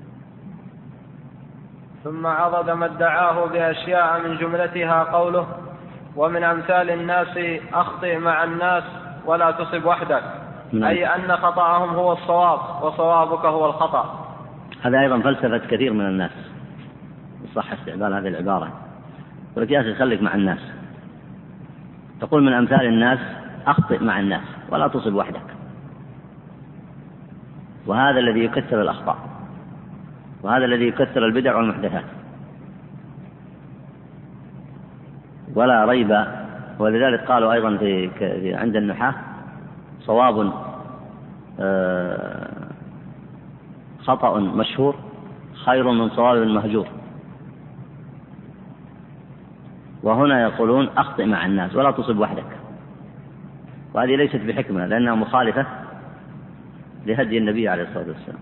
ثم عضد ما ادعاه بأشياء من جملتها قوله: ومن أمثال الناس أخطئ مع الناس ولا تصب وحدك، أي أن خطأهم هو الصواب وصوابك هو الخطأ. هذا أيضا فلسفة كثير من الناس، صح استعمال هذه العبارة. ولكن يا أخي خليك مع الناس، تقول من أمثال الناس أخطئ مع الناس ولا تصب وحدك، وهذا الذي يكثر الأخطاء، وهذا الذي يكثر البدع والمحدثات. ولا ريب، ولذلك قالوا أيضا في عند النحاة صواب خطأ مشهور خير من صواب مهجور. وهنا يقولون أخطئ مع الناس ولا تصب وحدك، وهذه ليست بحكمة لأنها مخالفة لهدي النبي عليه الصلاة والسلام.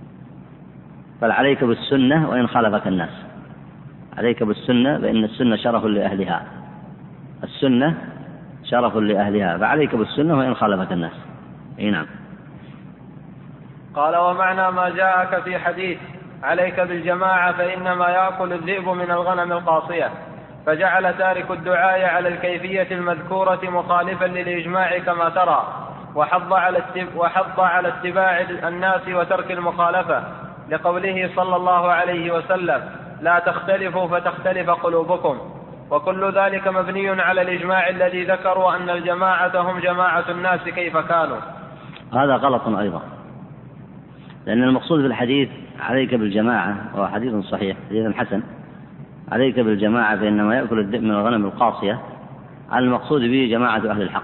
فعليك بالسنة وإن خالفك الناس، عليك بالسنة فإن السنة شرف لأهلها، السنة شرف لأهلها، فعليك بالسنة وإن خالفك الناس. أي نعم. قال: ومعنى ما جاءك في حديث عليك بالجماعة فإنما يأكل الذئب من الغنم القاصية، فجعل تارك الدعاء على الكيفية المذكورة مخالفا للإجماع كما ترى، وحض على وحض على اتباع الناس وترك المخالفة، لقوله صلى الله عليه وسلم: لا تختلفوا فتختلف قلوبكم. وكل ذلك مبني على الإجماع الذي ذكروا أن الجماعة هم جماعة الناس كيف كانوا. هذا غلط أيضا، لأن المقصود في الحديث عليك بالجماعة وهو حديث صحيح، حديث حسن، عليك بالجماعة فإنما يأكل الذئب من الغنم القاصية، المقصود به جماعة أهل الحق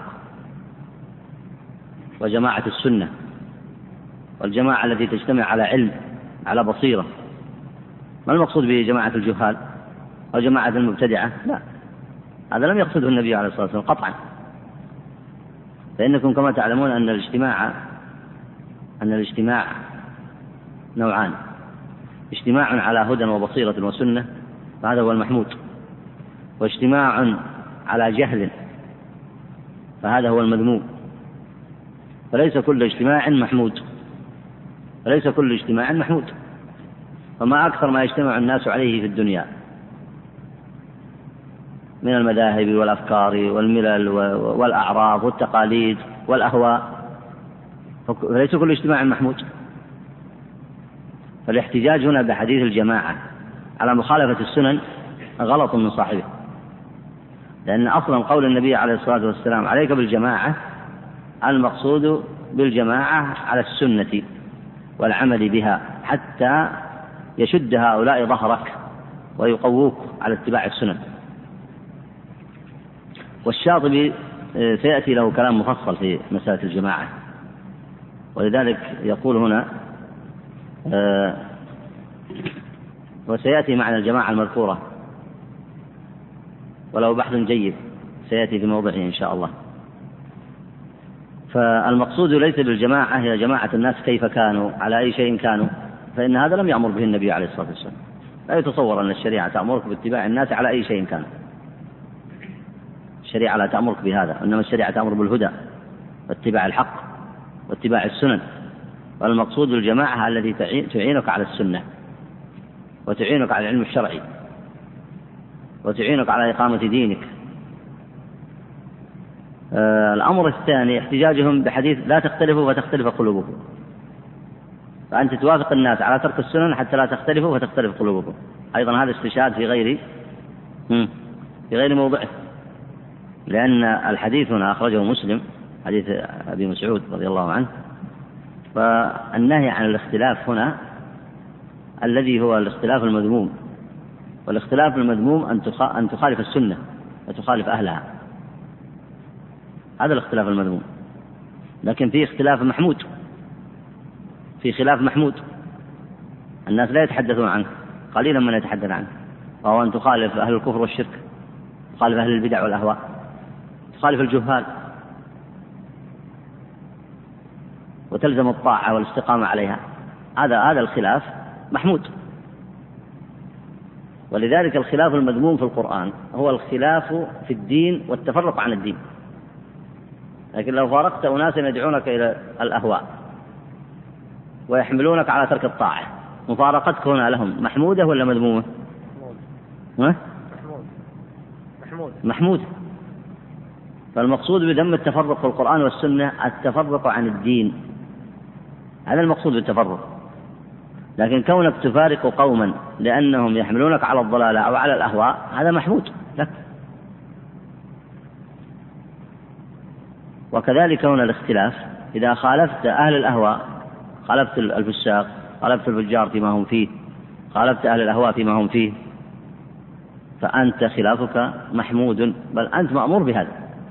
وجماعة السنة والجماعة التي تجتمع على علم على بصيرة. ما المقصود به جماعة الجهال أو جماعة المبتدعة؟ لا، هذا لم يقصده النبي عليه الصلاة والسلام قطعا. فإنكم كما تعلمون أن الاجتماع أن الاجتماع نوعان: اجتماع على هدى وبصيرة وسنة فهذا هو المحمود، واجتماع على جهل فهذا هو المذموم. فليس كل اجتماع محمود، فليس كل اجتماع محمود. فما أكثر ما يجتمع الناس عليه في الدنيا من المذاهب والأفكار والملل والأعراف والتقاليد والأهواء، فليس كل اجتماع محمود. فالاحتجاج هنا بحديث الجماعة على مخالفة السنن غلط من صاحبه، لأن أصلا قول النبي عليه الصلاة والسلام عليك بالجماعة المقصود بالجماعة على السنة والعمل بها حتى يشد هؤلاء ظهرك ويقووك على اتباع السنن. والشاطبي سيأتي له كلام مفصل في مسألة الجماعة، ولذلك يقول هنا آه وسيأتي معنى الجماعة المذكورة ولو بحث جيد سيأتي في موضعه إن شاء الله. فالمقصود ليس بالجماعة هي جماعة الناس كيف كانوا على أي شيء كانوا، فإن هذا لم يأمر به النبي عليه الصلاة والسلام. لا يتصور أن الشريعة تأمرك باتباع الناس على أي شيء كان، الشريعة لا تأمرك بهذا، إنما الشريعة تأمر بالهدى واتباع الحق واتباع السنن. والمقصود الجماعة التي تعينك على السنة وتعينك على العلم الشرعي وتعينك على إقامة دينك. آه الأمر الثاني احتجاجهم بحديث لا تختلفوا فتختلف قلوبكم، فأنت توافق الناس على ترك السنن حتى لا تختلفوا فتختلف قلوبكم. أيضا هذا استشهاد في غير في غير موضعه، لأن الحديث هنا أخرجه مسلم حديث أبي مسعود رضي الله عنه، فالنهي عن الاختلاف هنا الذي هو الاختلاف المذموم، والاختلاف المذموم أن تخالف السنة وتخالف أهلها، هذا الاختلاف المذموم. لكن في اختلاف محمود، في خلاف محمود الناس لا يتحدثون عنه، قليلا من يتحدث عنه، وهو أن تخالف أهل الكفر والشرك، تخالف أهل البدع والأهواء، تخالف الجهال، وتلزم الطاعة والاستقامة عليها. هذا هذا الخلاف محمود. ولذلك الخلاف المذموم في القرآن هو الخلاف في الدين والتفرق عن الدين. لكن لو فارقت أناسا يدعونك إلى الأهواء ويحملونك على ترك الطاعة، مفارقتك هنا لهم محمودة ولا مذمومة؟ محمود. محمود. محمود. فالمقصود بذم التفرق في القرآن والسنة التفرق عن الدين، هذا المقصود بالتفرق. لكن كونك تفارق قوما لأنهم يحملونك على الضلالة أو على الأهواء هذا محمود لك. وكذلك هنا الاختلاف، إذا خالفت أهل الأهواء، خالفت الفساق، خالفت الفجار فيما هم فيه، خالفت أهل الأهواء فيما هم فيه، فأنت خلافك محمود، بل أنت مأمور بهذا.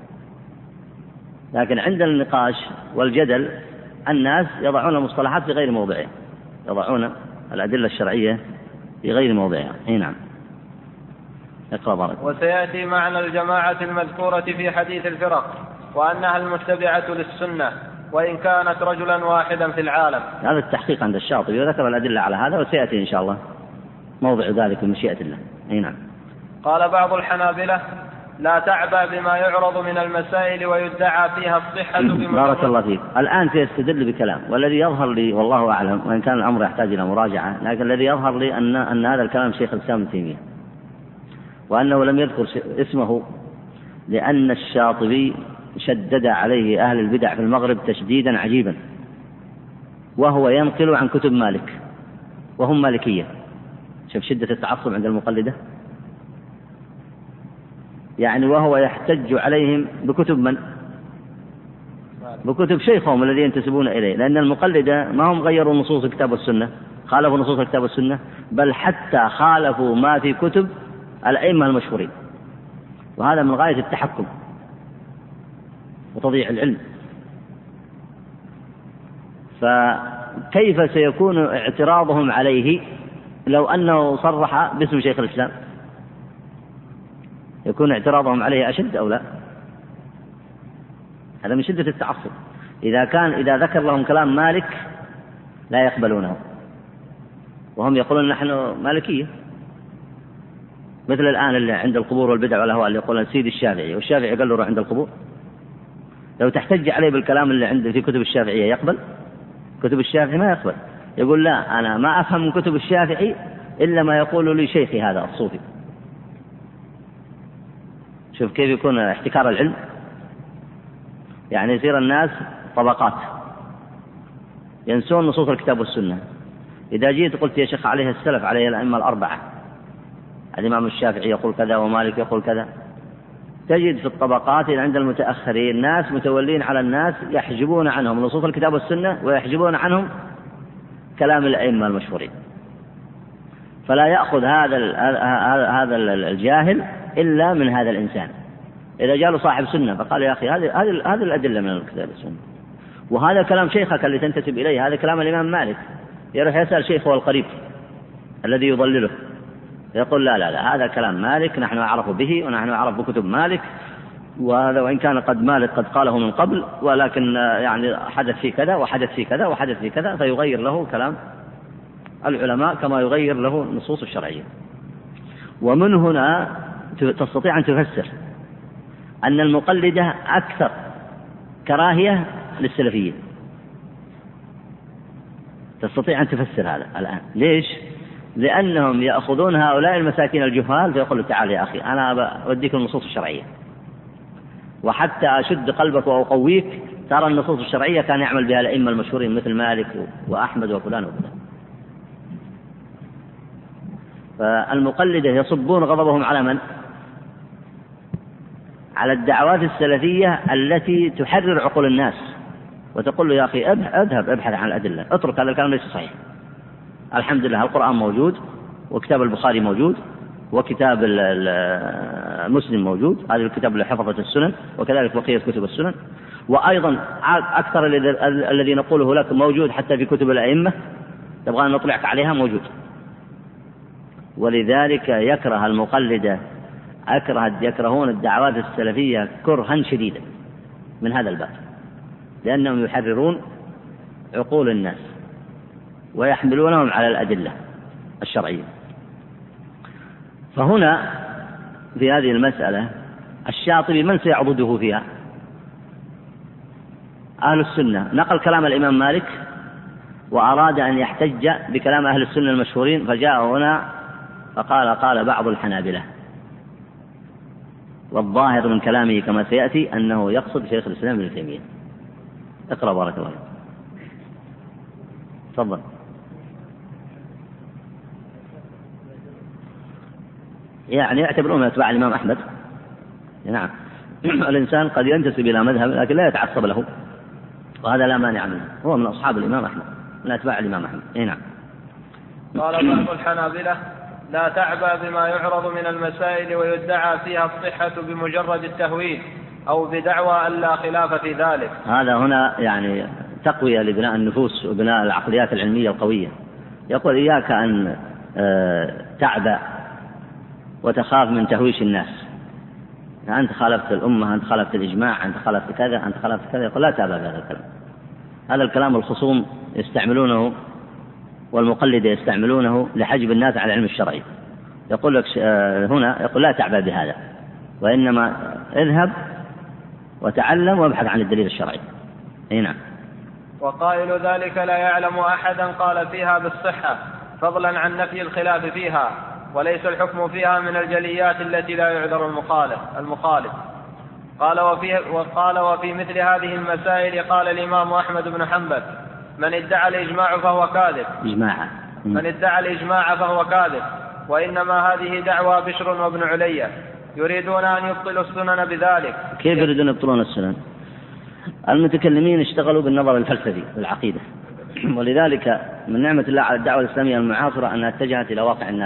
لكن عند النقاش والجدل الناس يضعون المصطلحات في غير موضعها، يضعون الأدلة الشرعية في غير موضعها. اي نعم. اقرأ بارك. وسيأتي معنى الجماعة المذكورة في حديث الفرق، وأنها المتبعة للسنة وإن كانت رجلا واحدا في العالم. هذا التحقيق عند الشاطبي وذكر الأدلة على هذا، وسيأتي إن شاء الله موضع ذلك بمشيئة الله. اي نعم. قال بعض الحنابلة لا تعبأ بما يعرض من المسائل ويدعى فيها الصحة. بارك الله فيك. الآن سيستدل بكلام، والذي يظهر لي والله أعلم، وإن كان الأمر يحتاج إلى مراجعة، لكن الذي يظهر لي أن أن هذا الكلام شيخ الإسلام ابن تيمية، وأنه لم يذكر اسمه لأن الشاطبي شدد عليه أهل البدع في المغرب تشديدا عجيبا، وهو ينقل عن كتب مالك وهم مالكية. شوف شدة التعصب عند المقلدة، يعني وهو يحتج عليهم بكتب من؟ بكتب شيخهم الذي ينتسبون إليه، لأن المقلدة ما هم غيروا نصوص الكتاب والسنة، خالفوا نصوص الكتاب والسنة، بل حتى خالفوا ما في كتب الأئمة المشهورين، وهذا من غاية التحكم وتضييع العلم. فكيف سيكون اعتراضهم عليه لو أنه صرح باسم شيخ الإسلام؟ يكون اعتراضهم عليه أشد أو لا؟ هذا من شدة التعصب. إذا كان إذا ذكر لهم كلام مالك لا يقبلونه، وهم يقولون نحن مالكية، مثل الآن اللي عند القبور والبدع والأهواء اللي يقولون سيد الشافعي، والشافعي قال له روح عند القبور. لو تحتج عليه بالكلام اللي عنده في كتب الشافعية يقبل؟ كتب الشافعي ما يقبل، يقول لا أنا ما أفهم من كتب الشافعي إلا ما يقول لي شيخي هذا الصوفي. شوف كيف يكون احتكار العلم، يعني يصير الناس طبقات ينسون نصوص الكتاب والسنة. إذا جيت قلت يا شيخ عليه السلف عليه الأئمة الأربعة، الإمام الشافعي يقول كذا ومالك يقول كذا، تجد في الطبقات عند المتأخرين ناس متولين على الناس يحجبون عنهم نصوص الكتاب والسنة ويحجبون عنهم كلام الأئمة المشهورين. فلا يأخذ هذا هذا الجاهل إلا من هذا الإنسان. إذا جاء له صاحب سنة فقال يا أخي هذه هذه هذه الأدلة من الكتاب والسنة، وهذا كلام شيخك اللي تنتسب إليه، هذا كلام الإمام مالك، يروح يسأل شيخه القريب الذي يضلله، يقول لا لا لا هذا كلام مالك، نحن نعرف به ونحن نعرف بكتب مالك، وهذا وإن كان قد مالك قد قاله من قبل، ولكن يعني حدث في كذا وحدث في كذا وحدث في كذا، فيغير له كلام العلماء كما يغير له النصوص الشرعية. ومن هنا تستطيع أن تفسر أن المقلدة أكثر كراهية للسلفية، تستطيع أن تفسر هذا الآن. ليش؟ لأنهم يأخذون هؤلاء المساكين الجهال فيقول له تعال يا أخي أنا أوديك النصوص الشرعية، وحتى أشد قلبك وأقويك ترى النصوص الشرعية كان يعمل بها الأئمة المشهورين مثل مالك وأحمد وفلان وفلان. فالمقلدة يصبون غضبهم على من؟ على الدعوات السلفية التي تحرر عقول الناس وتقول له يا أخي اذهب ابحث عن الأدلة، اترك هذا الكلام ليس صحيح. الحمد لله القرآن موجود، وكتاب البخاري موجود، وكتاب مسلم موجود، هذا الكتاب اللي حفظت السنن، وكذلك بقية كتب السنن، وأيضا أكثر الذي نقوله لك موجود حتى في كتب الأئمة، تبغى نطلعك عليها موجود. ولذلك يكره المقلدة أكره يكرهون الدعوات السلفية كرها شديدا من هذا الباب، لأنهم يحررون عقول الناس ويحملونهم على الأدلة الشرعية. فهنا في هذه المسألة الشاطبي من سيعضده فيها؟ أهل السنة. نقل كلام الإمام مالك وأراد أن يحتج بكلام أهل السنة المشهورين، فجاء هنا فقال قال بعض الحنابلة، والظاهر من كلامه كما سيأتي أنه يقصد شيخ الإسلام ابن تيمية. اقرأ بارك الله. تفضل. يعني يعتبرون أتباع الإمام أحمد. نعم الإنسان قد ينتسب إلى مذهب لكن لا يتعصب له، وهذا لا مانع منه، هو من أصحاب الإمام أحمد من أتباع الإمام أحمد. نعم. قال بعض الحنابلة لا تعبأ بما يعرض من المسائل ويدعى فيها الصحة بمجرد التهويل أو بدعوى أن لا خلاف في ذلك. هذا هنا يعني تقوية لبناء النفوس وبناء العقليات العلمية القوية. يقول إياك أن تعبأ وتخاف من تهويش الناس، أنت خالفت الأمة، أنت خالفت الإجماع، أنت خالفت كذا، أنت خالفت كذا. يقول لا تعبأ بهذا الكلام. هذا الكلام الخصوم يستعملونه والمقلد يستعملونه لحجب الناس على العلم الشرعي. يقول لك هنا يقول لا تعبأ بهذا، وإنما اذهب وتعلم وابحث عن الدليل الشرعي. نعم. وقائل ذلك لا يعلم أحدا قال فيها بالصحة فضلا عن نفي الخلاف فيها، وليس الحكم فيها من الجليات التي لا يعذر المخالف المخالف قال وفي, وقال وفي مثل هذه المسائل قال الإمام أحمد بن حنبل من ادعى الإجماع فهو كاذب. إجماعا. من ادعى الإجماع فهو كاذب، وإنما هذه دعوى بشر وابن علية يريدون أن يبطلوا السنن بذلك. كيف يريدون يبطلون السنن؟ المتكلمين اشتغلوا بالنظر الفلسفي والعقيدة، ولذلك من نعمة الله على الدعوة الإسلامية المعاصرة أنها اتجهت إلى واقع الناس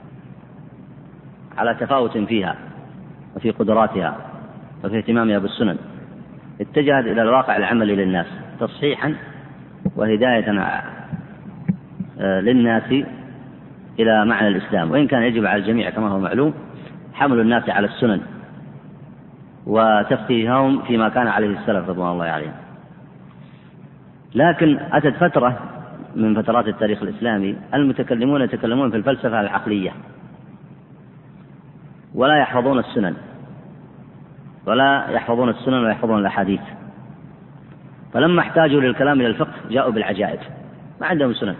على تفاوت فيها وفي قدراتها وفي اهتمامها بالسنن، اتجهت إلى الواقع العملي للناس تصحيحا وهداية للناس إلى معنى الإسلام. وإن كان يجب على الجميع كما هو معلوم حمل الناس على السنن وتفقيههم فيما كان عليه السلف رضوان الله عليهم. لكن أتت فترة من فترات التاريخ الإسلامي المتكلمون يتكلمون في الفلسفة العقلية ولا يحفظون السنن ولا يحفظون السنن ويحفظون الأحاديث، فلما احتاجوا للكلام إلى الفقه جاءوا بالعجائب، ما عندهم سنن.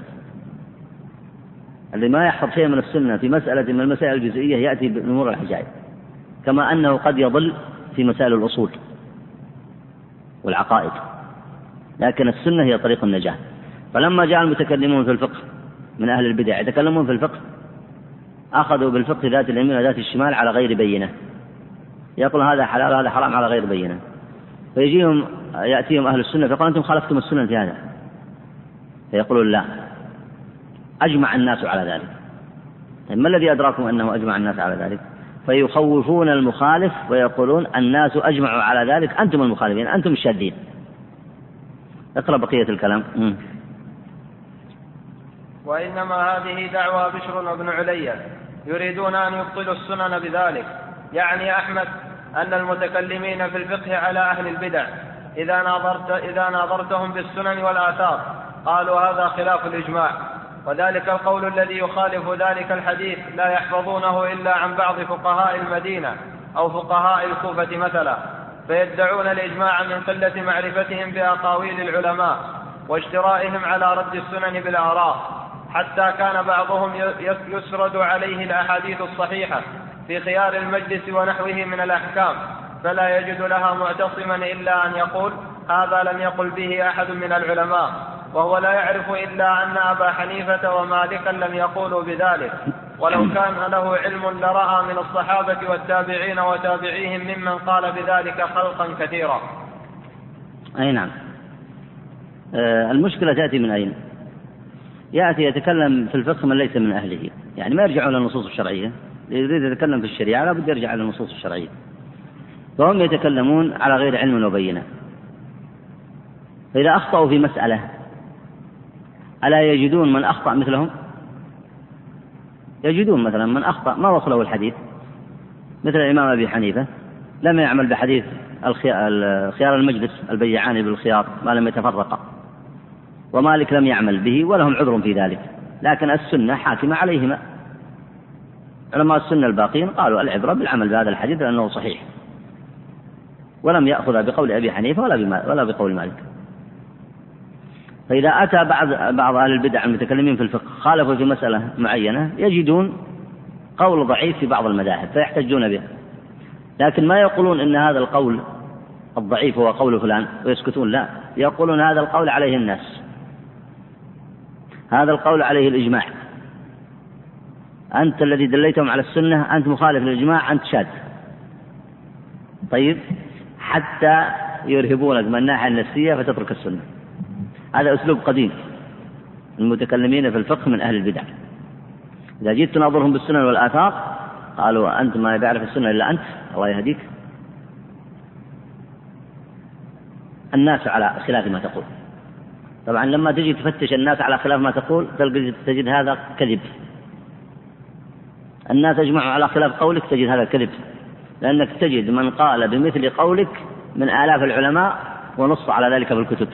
اللي ما يحفظ شيء من السنة في مسألة من المسائل الجزئية يأتي بأمور العجائب، كما أنه قد يضل في مسائل الأصول والعقائد، لكن السنة هي طريق النجاة. فلما جاء المتكلمون في الفقه من أهل البدع يتكلمون في الفقه أخذوا بالفقه ذات اليمين وذات الشمال على غير بينة، يقول هذا حلال هذا حرام على غير بينة، فيجيهم يأتيهم أهل السنة فيقول أنتم خالفتم السنة في هذا، فيقولون لا أجمع الناس على ذلك. ما الذي أدراكم أنه أجمع الناس على ذلك؟ فيخوفون المخالف ويقولون الناس أجمعوا على ذلك، أنتم المخالفين أنتم الشاذين. اقرأ بقية الكلام. م. وإنما هذه دعوى بشر وابن علية يريدون أن يبطلوا السنن بذلك. يعني أحمد أن المتكلمين في الفقه على أهل البدع إذا ناظرت إذا ناظرتهم بالسنن والآثار قالوا هذا خلاف الإجماع، وذلك القول الذي يخالف ذلك الحديث لا يحفظونه إلا عن بعض فقهاء المدينة أو فقهاء الكوفة مثلا، فيدعون الإجماع من قلة معرفتهم بأقاويل العلماء واشترائهم على رد السنن بالآراء، حتى كان بعضهم يسرد عليه الأحاديث الصحيحة في خيار المجلس ونحوه من الأحكام، فلا يجد لها معتصما إلا أن يقول هذا لم يقل به أحد من العلماء، وهو لا يعرف إلا أن أبا حنيفة ومالكا لم يقولوا بذلك، ولو كان له علم لرأى من الصحابة والتابعين وتابعيهم ممن قال بذلك خلقا كثيرا. أي نعم. آه المشكلة تأتي من أين؟ يأتي يتكلم في الفقه من ليس من أهله، يعني ما يرجع إلى النصوص الشرعية، يريد يتكلم في الشريعة لا بد يرجع إلى النصوص الشرعية، فهم يتكلمون على غير علم وبينة. فإذا أخطأوا في مسألة ألا يجدون من أخطأ مثلهم؟ يجدون مثلا من أخطأ ما وصله الحديث، مثل الإمام أبي حنيفة لم يعمل بحديث الخيار المجلس البيعان بالخيار ما لم يتفرقا، ومالك لم يعمل به ولهم عذر في ذلك، لكن السنة حاكمة عليهما. علماء السنة الباقين قالوا العبرة بالعمل بهذا الحديث لأنه صحيح، ولم يأخذ بقول أبي حنيفة ولا ولا بقول مالك. فإذا أتى بعض بعض أهل البدع المتكلمين في الفقه خالفوا في مسألة معينة يجدون قول ضعيف في بعض المذاهب فيحتجون به، لكن ما يقولون إن هذا القول الضعيف هو قول فلان ويسكتون، لا، يقولون هذا القول عليه الناس، هذا القول عليه الإجماع، أنت الذي دليتهم على السنة أنت مخالف للإجماع أنت شاذ. طيب، حتى يرهبونك من الناحية النفسية فتترك السنة. هذا أسلوب قديم المتكلمين في الفقه من أهل البدع، إذا جيت تناظرهم بالسنن والآثار قالوا أنت ما يعرف السنة إلا أنت، الله يهديك، الناس على خلاف ما تقول. طبعا لما تجي تفتش الناس على خلاف ما تقول تجد هذا كذب، الناس اجمعوا على خلاف قولك تجد هذا كذب، لأنك تجد من قال بمثل قولك من آلاف العلماء ونص على ذلك في الكتب،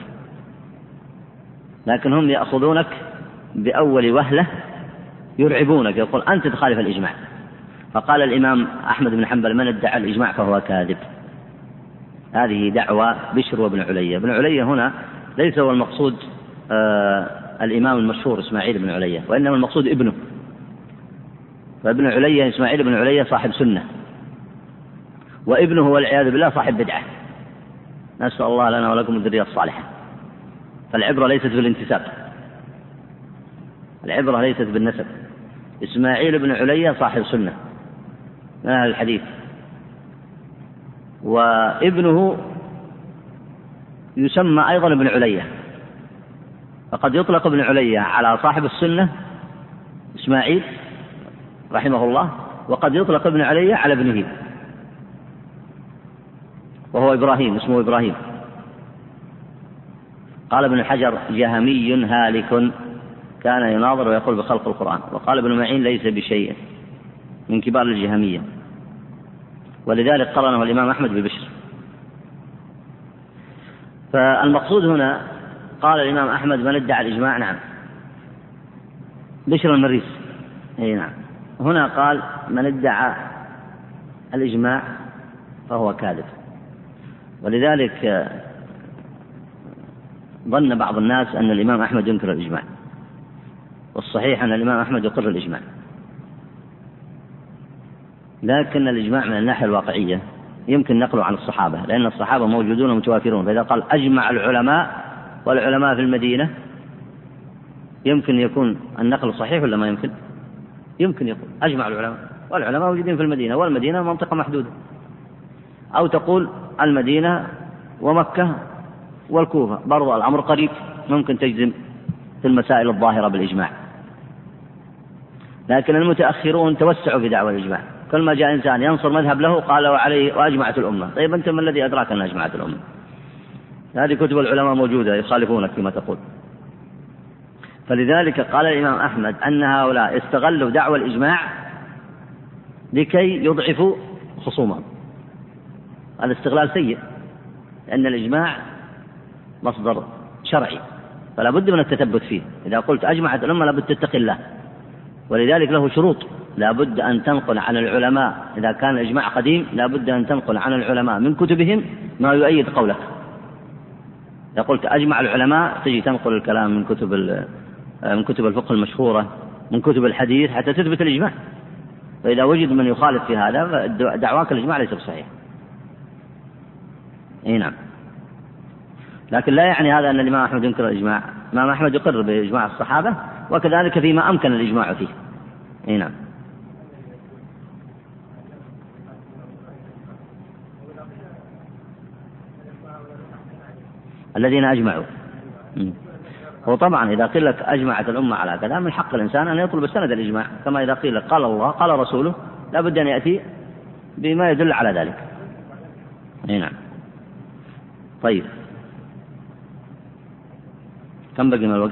لكن هم يأخذونك بأول وهلة يرعبونك، يقول أنت تخالف الإجماع. فقال الإمام أحمد بن حنبل من ادعى الإجماع فهو كاذب. هذه دعوة بشر وابن علية. ابن علية هنا ليس هو المقصود آه الإمام المشهور إسماعيل بن علية، وإنما المقصود ابنه. فابن علية إسماعيل بن علية صاحب سنة، وابنه والعياذ بالله صاحب بدعة، نسأل الله لنا ولكم الذرية الصالحة. فالعبرة ليست بالانتساب، العبرة ليست بالنسب. إسماعيل بن علية صاحب سنة من أهل الحديث، وابنه يسمى أيضا ابن علية، فقد يطلق ابن علية على صاحب السنة إسماعيل رحمه الله، وقد يطلق ابن علية على ابنه وهو إبراهيم، اسمه إبراهيم. قال ابن حجر جهمي هالك كان يناظر ويقول بخلق القرآن، وقال ابن معين ليس بشيء من كبار الجهمية، ولذلك قرنه الإمام أحمد ببشر. فالمقصود هنا قال الإمام أحمد من ادعى الإجماع، نعم، بشر المريس، أي نعم. هنا قال من ادعى الإجماع فهو كاذب، ولذلك ظن بعض الناس أن الإمام أحمد ينكر الإجماع، والصحيح أن الإمام أحمد يقر الإجماع، لكن الإجماع من الناحية الواقعية يمكن نقله عن الصحابة، لأن الصحابة موجودون ومتوافرون. فإذا قال أجمع العلماء والعلماء في المدينة يمكن يكون النقل صحيح ولا ما يمكن؟ يمكن يقول أجمع العلماء والعلماء موجودين في المدينة، والمدينة منطقة محدودة. أو تقول المدينة ومكة والكوفة، برضو الأمر قريب، ممكن تجزم في المسائل الظاهرة بالإجماع. لكن المتأخرون توسعوا في دعوى الإجماع، كل ما جاء إنسان ينصر مذهب له قال وعليه وأجمعت الأمة. طيب أنت ما الذي أدراك أن أجمعت الأمة؟ هذه كتب العلماء موجودة يخالفونك فيما تقول. فلذلك قال الإمام أحمد أن هؤلاء استغلوا دعوى الإجماع لكي يضعفوا خصومهم. هذا استغلال سيء، لأن الإجماع مصدر شرعي فلا بد من التثبت فيه. إذا قلت أجمعت الأمة لابد تتقي الله، ولذلك له شروط، لابد أن تنقل عن العلماء إذا كان الإجماع قديم، لابد أن تنقل عن العلماء من كتبهم ما يؤيد قولك. إذا قلت أجمع العلماء تجي تنقل الكلام من كتب من كتب الفقه المشهورة، من كتب الحديث، حتى تثبت الإجماع. فإذا وجد من يخالف في هذا دعواك الإجماع ليس بصحيح. اي نعم. لكن لا يعني هذا أن الإمام أحمد ينكر الإجماع. الإمام أحمد يقر بإجماع الصحابة، وكذلك فيما أمكن الإجماع فيه. اي نعم. الذين أجمعوا. وطبعا إذا قيل لك أجمعت الأمة على كذا، من حق الإنسان أن يطلب السند الإجماع، كما إذا قيل لك قال الله قال رسوله، لا بد أن يأتي بما يدل على ذلك. اي نعم. طيب، كم بقي من الوقت؟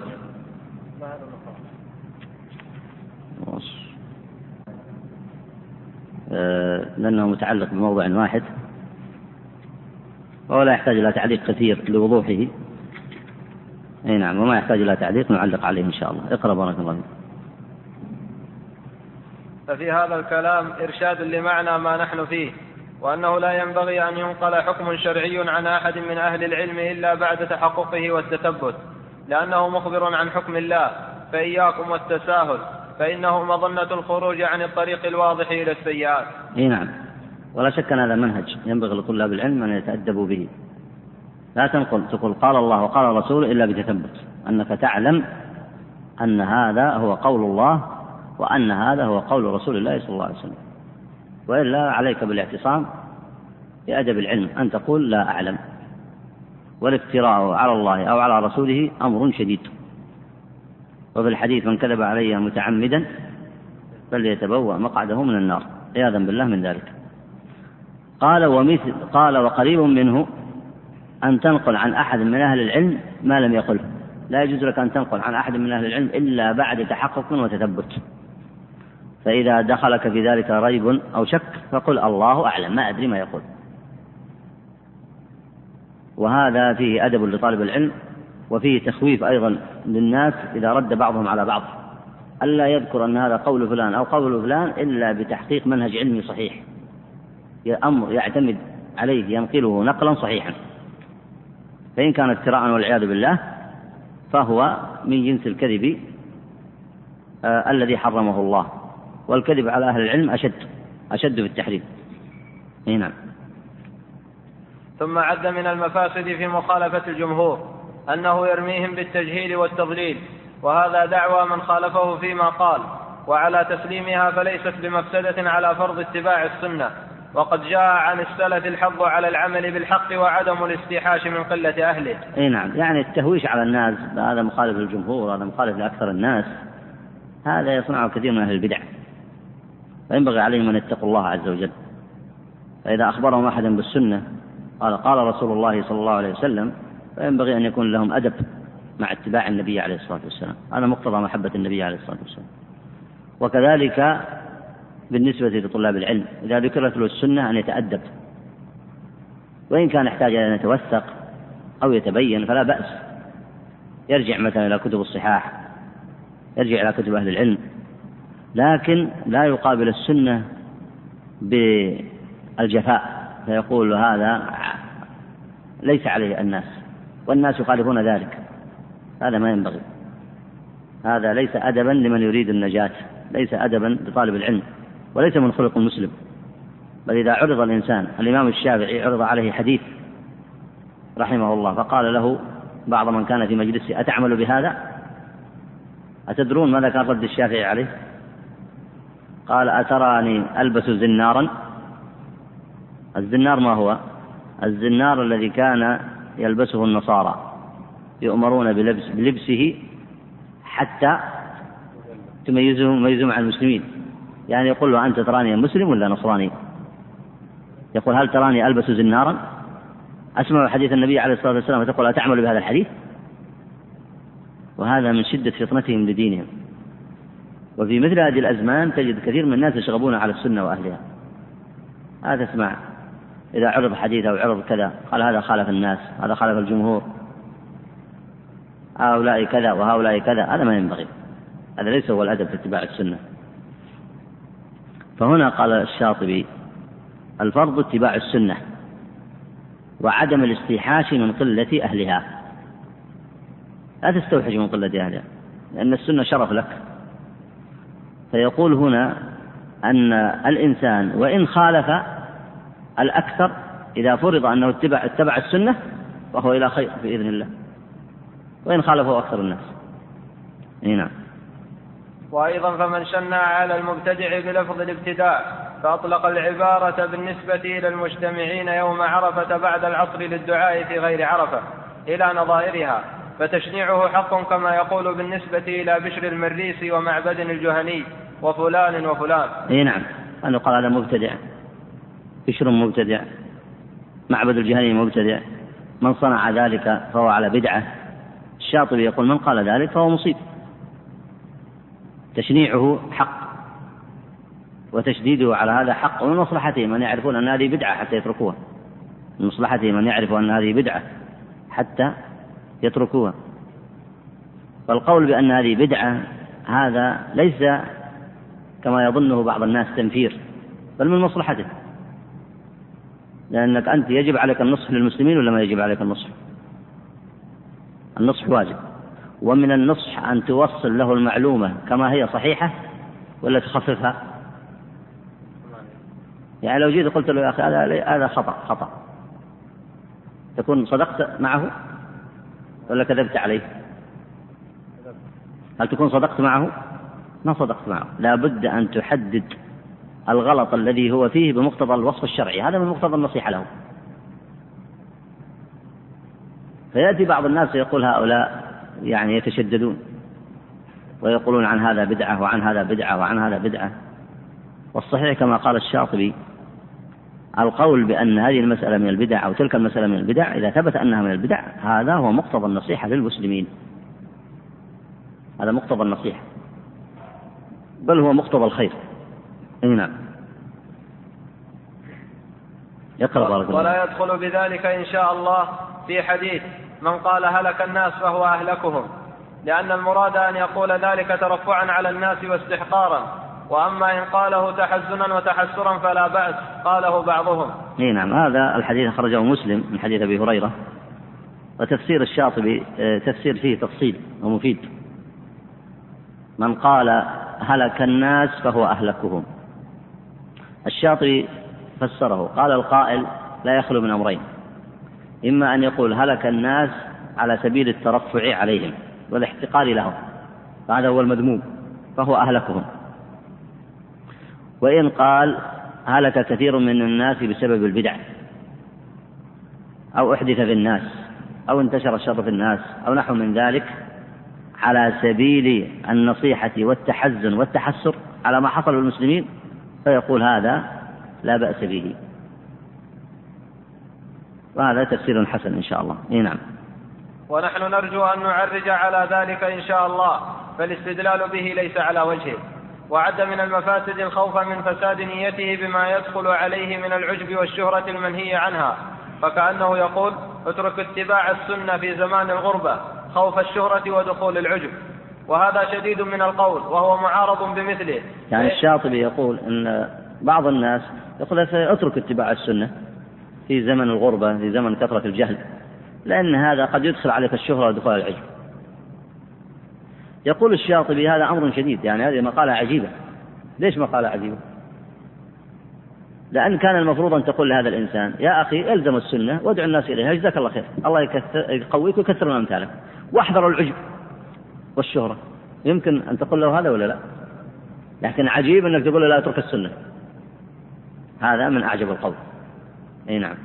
آه لأنه متعلق بموضوع واحد وهو لا يحتاج إلى تعليق كثير لوضوحه. اي نعم. وما يحتاج إلى تعليق نعلق عليه إن شاء الله. اقرأ بارك الله فيك. ففي هذا الكلام إرشاد لمعنى ما نحن فيه، وأنه لا ينبغي أن ينقل حكم شرعي عن أحد من أهل العلم إلا بعد تحققه والتثبت، لأنه مخبر عن حكم الله، فإياكم والتساهل، فإنه مظنة الخروج عن الطريق الواضح إلى السيئات. اي نعم. ولا شك أن هذا منهج ينبغي لطلاب العلم أن يتأدبوا به. لا تنقل تقول قال الله وقال الرسول إلا بتثبت، أنك تعلم أن هذا هو قول الله وأن هذا هو قول رسول الله صلى الله عليه وسلم، وإلا عليك بالاعتصام بأدب العلم أن تقول لا أعلم. والافتراء على الله أو على رسوله أمر شديد. وفي الحديث من كذب علي متعمدا فليتبوأ مقعده من النار، عياذا بالله من ذلك. قال ومثل قال وقريب منه أن تنقل عن أحد من أهل العلم ما لم يقله. لا يجوز لك أن تنقل عن أحد من أهل العلم إلا بعد تحقق وتثبت. فإذا دخلك في ذلك ريب أو شك فقل الله أعلم، ما أدري ما يقول. وهذا فيه أدب لطالب العلم، وفيه تخويف أيضا للناس إذا رد بعضهم على بعض، ألا يذكر أن هذا قول فلان أو قول فلان إلا بتحقيق منهج علمي صحيح، أمر يعتمد عليه ينقله نقلا صحيحا. فإن كان افتراء والعياذ بالله فهو من جنس الكذب آه الذي حرمه الله، والكذب على أهل العلم أشد أشد في التحريم. نعم. ثم عد من المفاسد في مخالفة الجمهور أنه يرميهم بالتجهيل والتضليل، وهذا دعوى من خالفه فيما قال، وعلى تسليمها فليست بمفسدة على فرض اتباع السنة، وقد جاء عن السلف الحظ على العمل بالحق وعدم الاستيحاش من قلة أهله. اي نعم. يعني التهويش على الناس، هذا مخالف للجمهور، هذا مخالف لأكثر الناس، هذا يصنعه كثير من أهل البدع، فينبغي عليهم أن يتقوا الله عز وجل. فإذا أخبرهم أحد بالسنة قال قال رسول الله صلى الله عليه وسلم، فينبغي أن يكون لهم أدب مع اتباع النبي عليه الصلاة والسلام، هذا مقتضى محبة النبي عليه الصلاة والسلام. وكذلك بالنسبة لطلاب العلم، إذا ذكرت له السنة أن يتأدب، وإن كان يحتاج أن يتوثق أو يتبين فلا بأس، يرجع مثلا إلى كتب الصحاح، يرجع إلى كتب أهل العلم، لكن لا يقابل السنة بالجفاء فيقول هذا ليس عليه الناس والناس يخالفون ذلك، هذا ما ينبغي، هذا ليس أدبا لمن يريد النجاة، ليس أدبا لطالب العلم، وليس من خلق المسلم. بل إذا عرض الإنسان، الإمام الشافعي عرض عليه حديث رحمه الله فقال له بعض من كان في مجلسه أتعمل بهذا؟ أتدرون ماذا كان رد الشافعي عليه؟ قال أتراني ألبس زنارا؟ الزنار ما هو؟ الزنار الذي كان يلبسه النصارى، يؤمرون بلبس بلبسه حتى تميزهم ميزهم عن المسلمين، يعني يقول له أنت تراني مسلم ولا نصراني؟ يقول هل تراني ألبس زنارا؟ أسمع حديث النبي عليه الصلاة والسلام وتقول أتعمل بهذا الحديث؟ وهذا من شدة فطنتهم لدينهم. وفي مثل هذه الأزمان تجد كثير من الناس يشغبون على السنة وأهلها، هذا تسمع إذا عرض حديث أو عرض كذا قال هذا خالف الناس، هذا خالف الجمهور، هؤلاء كذا وهؤلاء كذا، هذا ما ينبغي، هذا ليس هو الأدب في اتباع السنة. فهنا قال الشاطبي الفرض اتباع السنة وعدم الاستيحاش من قلة أهلها، لا تستوحش من قلة أهلها لأن السنة شرف لك. فيقول هنا أن الإنسان وإن خالف الأكثر إذا فرض أنه اتبع, اتبع السنة فهو إلى خير بإذن الله، وإن خالفه أكثر الناس. نعم. وأيضا فمن شنع على المبتدع بلفظ الابتداع فأطلق العبارة بالنسبة إلى المجتمعين يوم عرفة بعد العصر للدعاء في غير عرفة إلى نظائرها، فتشنيعه حق كما يقول بالنسبة إلى بشر المريسي ومعبد الجهني وفلان وفلان. اي نعم، أنه قال هذا مبتدع، بشر مبتدع، معبد الجهني مبتدع، من صنع ذلك فهو على بدعة. الشاطبي يقول من قال ذلك فهو مصيب. تشنيعه حق وتشديده على هذا حق، ومن مصلحتهم أن يعرفون أن هذه بدعة حتى يتركوها، من مصلحتهم أن يعرفوا أن هذه بدعة حتى يتركوها. فالقول بأن هذه بدعة هذا ليس كما يظنه بعض الناس تنفير، بل من مصلحته، لأنك أنت يجب عليك النصح للمسلمين ولا ما يجب عليك النصح؟ النصح واجب، ومن النصح أن توصل له المعلومة كما هي صحيحة ولا تخففها. يعني لو جيت قلت له يا أخي هذا خطأ خطأ، تكون صدقت معه ولا كذبت عليه؟ هل تكون صدقت معه؟ ما صدقت معه. لا بد أن تحدد الغلط الذي هو فيه بمقتضى الوصف الشرعي، هذا من مقتضى النصيحة له. فيأتي بعض الناس يقول هؤلاء يعني يتشددون ويقولون عن هذا بدعة وعن هذا بدعة وعن هذا بدعة، والصحيح كما قال الشاطبي القول بأن هذه المسألة من البدع أو تلك المسألة من البدع إذا ثبت أنها من البدع هذا هو مقتضى النصيحة للمسلمين، هذا مقتضى النصيحة، بل هو مقتضى الخير. نعم. يقرأ بارك الله. ولا يدخل بذلك إن شاء الله في حديث من قال هلك الناس فهو أهلكهم، لأن المراد أن يقول ذلك ترفعا على الناس واستحقارا، وأما إن قاله تحزنا وتحسرا فلا بأس، قاله بعضهم. نعم، هذا الحديث خرجه مسلم من حديث أبي هريرة، وتفسير الشاطبي تفسير فيه تفصيل ومفيد. من قال هلك الناس فهو أهلكهم، الشاطبي فسره قال القائل لا يخلو من أمرين، إما أن يقول هلك الناس على سبيل الترفع عليهم والاحتقار لهم، فهذا هو المذموم فهو أهلكهم، وإن قال هلك كثير من الناس بسبب البدع أو أحدث في الناس أو انتشر الشر في الناس أو نحو من ذلك على سبيل النصيحة والتحزن والتحسر على ما حصل بالمسلمين، فيقول هذا لا بأس به، وهذا تفسير حسن إن شاء الله. إيه نعم. ونحن نرجو أن نعرج على ذلك إن شاء الله، فالاستدلال به ليس على وجهه. وعد من المفاسد الخوف من فساد نيته بما يدخل عليه من العجب والشهرة المنهي عنها، فكأنه يقول اترك اتباع السنة في زمان الغربة خوف الشهرة ودخول العجب، وهذا شديد من القول وهو معارض بمثله. يعني الشاطبي يقول أن بعض الناس يقول اترك اتباع السنة في زمن الغربة، في زمن كثرة الجهل، لأن هذا قد يدخل عليك الشهرة ودخول العجب. يقول الشاطبي هذا أمر شديد، يعني هذه مقالة عجيبة. ليش مقالة عجيبة؟ لأن كان المفروض أن تقول لهذا الإنسان يا أخي الزم السنة وادعو الناس إليها جزاك الله خير، الله يقويك ويكثر من أمثالك، واحذر العجب والشهرة. يمكن أن تقول له هذا ولا لا؟ لكن عجيب أنك تقول له لا اترك السنة، هذا من أعجب القول. أي نعم.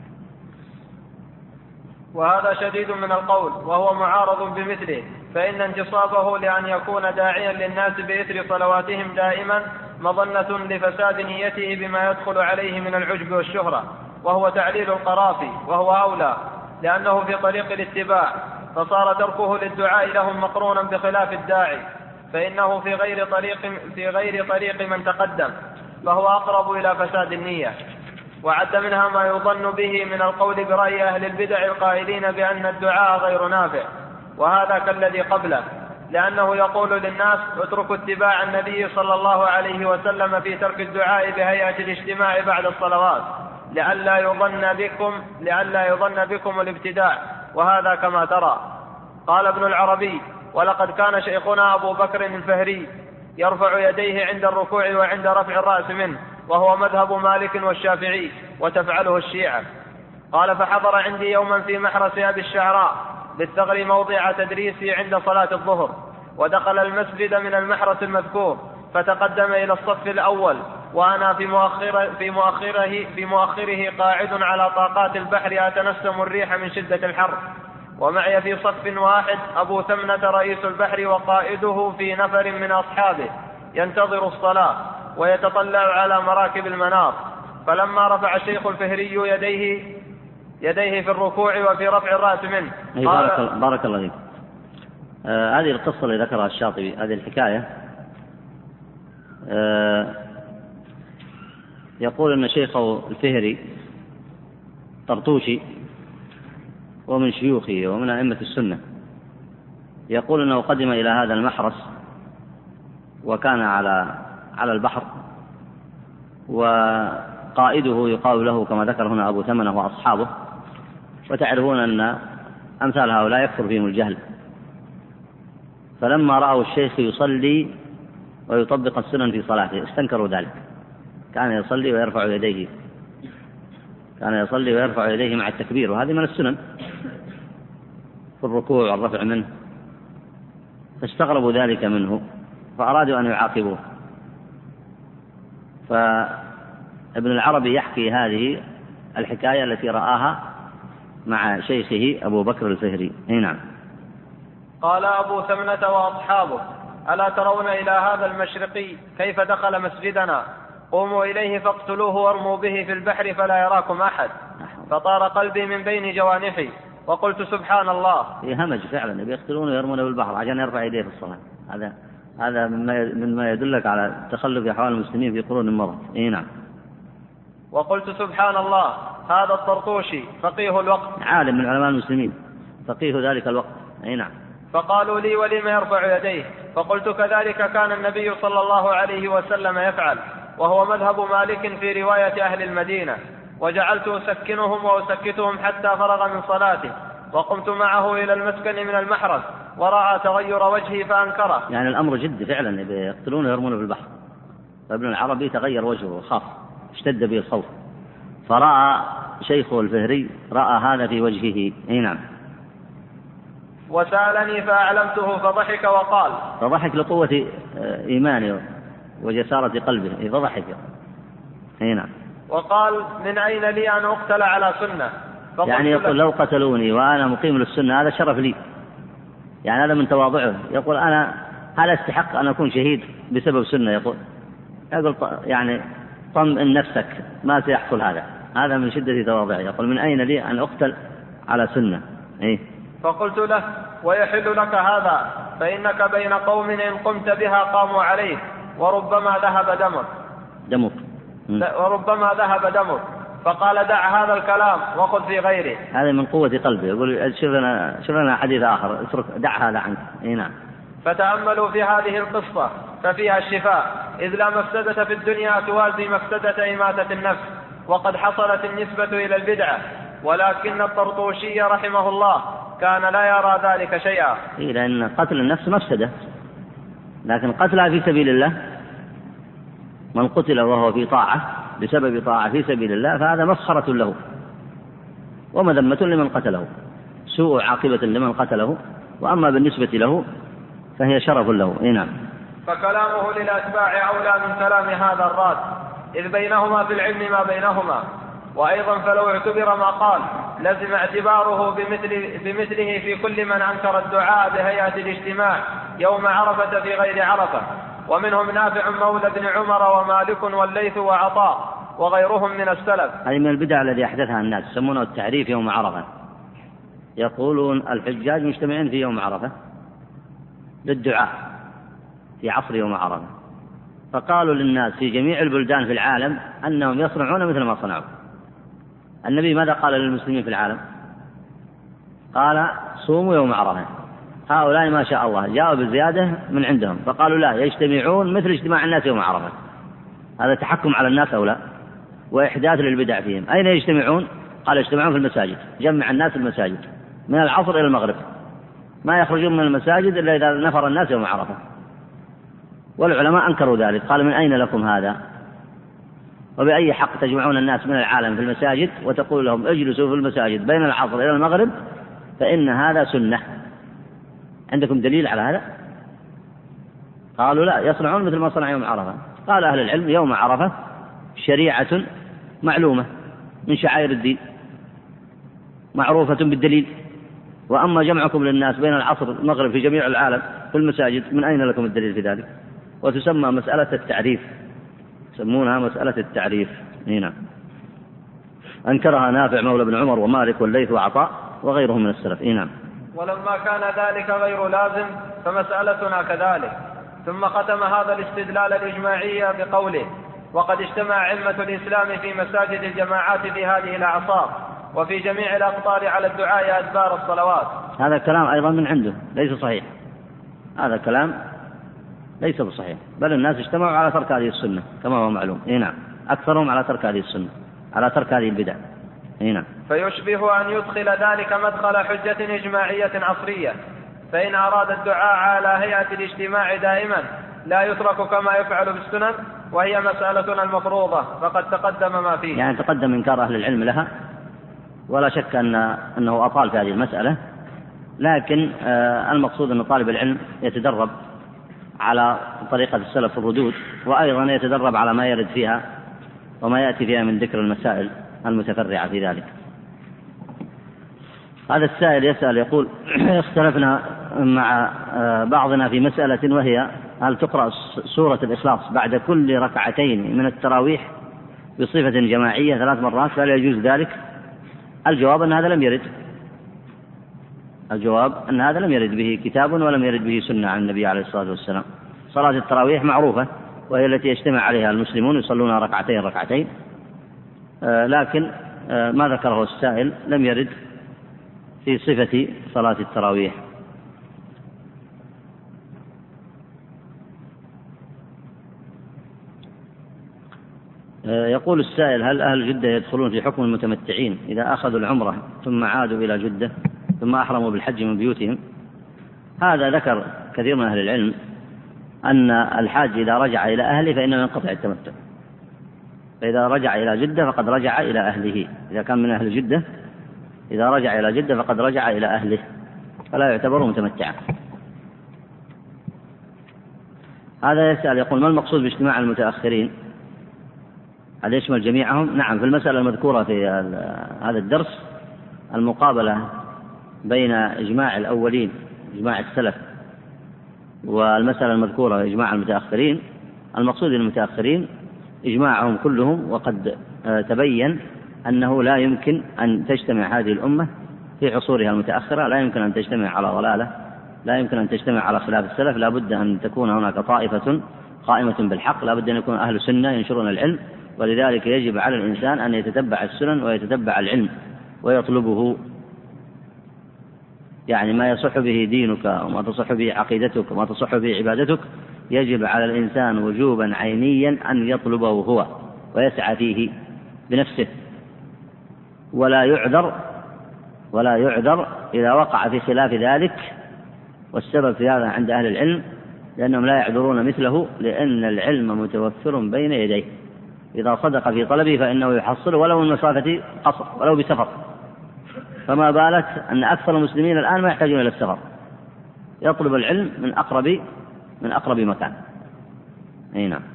وهذا شديد من القول وهو معارض بمثله، فإن انتصابه لأن يكون داعيا للناس بإثر صلواتهم دائما مظنة لفساد نيته بما يدخل عليه من العجب والشهرة، وهو تعليل القرافي، وهو أولى لأنه في طريق الاتباع، فصار تركه للدعاء لهم مقرونا بخلاف الداعي، فإنه في غير طريق, في غير طريق من تقدم، فهو أقرب إلى فساد النية. وعد منها ما يظن به من القول برأي أهل البدع القائلين بأن الدعاء غير نافع، وهذا كالذي قبله، لأنه يقول للناس اتركوا اتباع النبي صلى الله عليه وسلم في ترك الدعاء بهيئة الاجتماع بعد الصلوات لئلا يظن بكم, لئلا يظن بكم الابتداع، وهذا كما ترى. قال ابن العربي ولقد كان شيخنا أبو بكر الفهري يرفع يديه عند الركوع وعند رفع الرأس منه، وهو مذهب مالك والشافعي، وتفعله الشيعة. قال فحضر عندي يوما في محرس أبي الشعراء بالثغر موضع تدريسي عند صلاة الظهر، ودخل المسجد من المحرس المذكور، فتقدم إلى الصف الأول وأنا في مؤخره, في مؤخره, في مؤخره قاعد على طاقات البحر أتنسم الريح من شدة الحر، ومعي في صف واحد أبو ثمنة رئيس البحر وقائده في نفر من أصحابه ينتظر الصلاة ويتطلع على مراكب المنار. فلما رفع الشيخ الفهري يديه يديه في الركوع وفي رفع الرأس منه بارك, الله بارك الله فيك. آه هذه القصة اللي ذكرها الشاطبي، هذه الحكاية، آه يقول أن شيخه الفهري طرطوشي ومن شيوخه ومن أئمة السنة، يقول أنه قدم إلى هذا المحرس وكان على على البحر، وقائده يقال له كما ذكر هنا أبو ثمنة وأصحابه، وتعرفون أن أمثال هؤلاء يكثر فيهم الجهل. فلما رأوا الشيخ يصلي ويطبق السنن في صلاته استنكروا ذلك. كان يصلي ويرفع يديه كان يصلي ويرفع يديه مع التكبير، وهذه من السنن في الركوع والرفع منه، فاستغربوا ذلك منه فأرادوا أن يعاقبوه. فابن العربي يحكي هذه الحكاية التي رآها مع شيخه أبو بكر الفهري. نعم. قال أبو ثمنة وأصحابه: ألا ترون إلى هذا المشرقي كيف دخل مسجدنا؟ قوموا إليه فاقتلوه وارموا به في البحر فلا يراكم أحد. فطار قلبي من بين جوانحي وقلت سبحان الله. همج فعلا، يقتلونه ويرمونه بالبحر عشان يرفع يديه في الصلاة. هذا هذا مما يدلك على تخلف أحوال المسلمين في قرون المضت. إيه نعم. وقلت سبحان الله، هذا الطرطوشي فقيه الوقت، عالم من علماء المسلمين، فقيه ذلك الوقت. إيه نعم. فقالوا لي: ولم يرفع يديه؟ فقلت: كذلك كان النبي صلى الله عليه وسلم يفعل، وهو مذهب مالك في رواية أهل المدينة. وجعلت أسكنهم وأسكتهم حتى فرغ من صلاته، وقمت معه إلى المسكن من المحرس ورأى تغير وجهي فأنكره. يعني الأمر جد فعلا، يقتلونه ويرمونه في البحر. فابن العربي تغير وجهه وخاف، اشتد به الخوف، فرأى شيخه الفهري رأى هذا في وجهه. اي نعم. وسألني فأعلمته فضحك وقال، فضحك لقوة إيمانه وجسارة قلبه، فضحك. اي نعم. وقال: من أين لي أن أقتل على سنة؟ يعني يقول: لو قتلوني وأنا مقيم للسنة هذا شرف لي. يعني هذا من تواضعه، يقول: أنا هل أستحق أن أكون شهيد بسبب سنة؟ يقول يقول يعني طمئن نفسك، ما سيحصل هذا. هذا من شدة تواضعه، يقول: من أين لي أن أقتل على سنة؟ إيه؟ فقلت له: ويحل لك هذا، فإنك بين قوم إن قمت بها قاموا عليك، وربما ذهب دمك دمك وربما ذهب دمك. فقال: دع هذا الكلام وخذ في غيره. هذا من قوة قلبه، يقول: شوف لنا شوف لنا حديث آخر، اترك دع هذا عنك. إيه نعم. فتأملوا في هذه القصة ففيها الشفاء، إذ لا مفسدة في الدنيا توازي مفسدة إماتة النفس، وقد حصلت النسبة إلى البدعة، ولكن الطرطوشي رحمه الله كان لا يرى ذلك شيئا. إيه، لأن قتل النفس مفسدة، لكن قتلها في سبيل الله، من قتل وهو في طاعة بسبب طاعة في سبيل الله فهذا مسخرة له ومذمة لمن قتله، سوء عاقبة لمن قتله، وأما بالنسبة له فهي شرف له. إيه نعم. فكلامه للأتباع أولى من كلام هذا الراد، إذ بينهما في العلم ما بينهما. وأيضا فلو اعتبر ما قال لزم اعتباره بمثل بمثله في كل من أنكر الدعاء بهيئة الاجتماع يوم عرفة في غير عرفة، ومنهم نافع مولى بن عمر ومالك والليث وعطاء وغيرهم من السلف. هذه من البدع الذي أحدثها الناس، يسمونه التعريف يوم عرفة. يقولون الحجاج مجتمعين في يوم عرفة للدعاء في عصر يوم عرفة، فقالوا للناس في جميع البلدان في العالم أنهم يصنعون مثل ما صنعوا. النبي ماذا قال للمسلمين في العالم؟ قال: صوموا يوم عرفة. هؤلاء ما شاء الله جاءوا بالزيادة من عندهم، فقالوا: لا، يجتمعون مثل اجتماع الناس يوم عرفة. هذا تحكم على الناس أو لا، وإحداث للبدع فيهم. أين يجتمعون؟ قال: يجتمعون في المساجد، جمع الناس في المساجد من العصر إلى المغرب، ما يخرجون من المساجد إلا إذا نفر الناس يوم عرفة. والعلماء أنكروا ذلك، قال: من أين لكم هذا؟ وبأي حق تجمعون الناس من العالم في المساجد وتقول لهم اجلسوا في المساجد بين العصر إلى المغرب فإن هذا سنة؟ عندكم دليل على هذا؟ قالوا لا، يصنعون مثل ما صنع يوم عرفة. قال أهل العلم يوم عرفة شريعة معلومة من شعائر الدين معروفة بالدليل، وأما جمعكم للناس بين العصر والمغرب في جميع العالم في المساجد من أين لكم الدليل في ذلك؟ وتسمى مسألة التعريف، يسمونها مسألة التعريف. هنا أنكرها نافع مولى بن عمر ومالك والليث وعطاء وغيرهم من السلف. نعم. ولما كان ذلك غير لازم فمسألتنا كذلك. ثم ختم هذا الاستدلال الإجماعي بقوله: وقد اجتمع علمة الإسلام في مساجد الجماعات في هذه الأعصار وفي جميع الأقطار على الدعاء أدبار الصلوات. هذا الكلام أيضا من عنده ليس صحيح، هذا كلام ليس بصحيح، بل الناس اجتمعوا على ترك هذه السنة كما هو معلوم. نعم، أكثرهم على ترك هذه السنة، على ترك هذه البدع. نعم. فيشبه أن يدخل ذلك مدخل حجة إجماعية عصرية، فإن أراد الدعاء على هيئة الاجتماع دائما لا يترك كما يفعل بالسنن، وهي مسألتنا المفروضة فقد تقدم ما فيه. يعني تقدم إنكار أهل العلم لها، ولا شك أن أنه أطال في هذه المسألة، لكن المقصود أن طالب العلم يتدرب على طريقة السلف في الردود، وأيضا يتدرب على ما يرد فيها وما يأتي فيها من ذكر المسائل المتفرعة في ذلك. هذا السائل يسأل يقول: اختلفنا مع بعضنا في مسألة، وهي هل تقرأ سورة الإخلاص بعد كل ركعتين من التراويح بصفة جماعية ثلاث مرات، فلا يجوز ذلك؟ الجواب أن هذا لم يرد، الجواب أن هذا لم يرد به كتاب ولم يرد به سنة عن النبي عليه الصلاة والسلام. صلاة التراويح معروفة، وهي التي يجتمع عليها المسلمون يصلون ركعتين ركعتين، آه لكن آه ما ذكره السائل لم يرد في صفة صلاة التراويح. آه يقول السائل: هل أهل جدة يدخلون في حكم المتمتعين إذا أخذوا العمرة ثم عادوا إلى جدة ثم أحرموا بالحج من بيوتهم؟ هذا ذكر كثير من أهل العلم أن الحاج إذا رجع إلى أهله فإنه ينقطع التمتع، فإذا رجع إلى جدة فقد رجع إلى أهله، إذا كان من أهل جدة إذا رجع إلى جدة فقد رجع إلى أهله فلا يعتبر متمتعا. هذا يسأل يقول: ما المقصود باجتماع المتأخرين؟ هل يشمل جميعهم؟ نعم، في المسألة المذكورة في هذا الدرس المقابلة بين إجماع الأولين إجماع السلف والمسألة المذكورة إجماع المتأخرين. المقصود المتأخرين إجماعهم كلهم، وقد تبين أنه لا يمكن أن تجتمع هذه الأمة في عصورها المتأخرة، لا يمكن أن تجتمع على ضلالة، لا يمكن أن تجتمع على خلاف السلف، لا بد أن تكون هناك طائفة قائمة بالحق، لا بد أن يكون أهل سنة ينشرون العلم، ولذلك يجب على الإنسان أن يتتبع السنن ويتتبع العلم ويطلبه، يعني ما يصح به دينك وما تصح به عقيدتك وما تصح به عبادتك، يجب على الإنسان وجوبا عينيا أن يطلبه هو ويسعى فيه بنفسه، ولا يعذر ولا يعذر إذا وقع في خلاف ذلك. والسبب في هذا عند أهل العلم لأنهم لا يعذرون مثله، لأن العلم متوفر بين يديه، إذا صدق في طلبه فإنه يحصل ولو من مسافة قصر ولو بسفر، فما بالك أن أكثر المسلمين الآن ما يحتاجون إلى السفر، يطلب العلم من أقرب من أقرب مكان. أي نعم.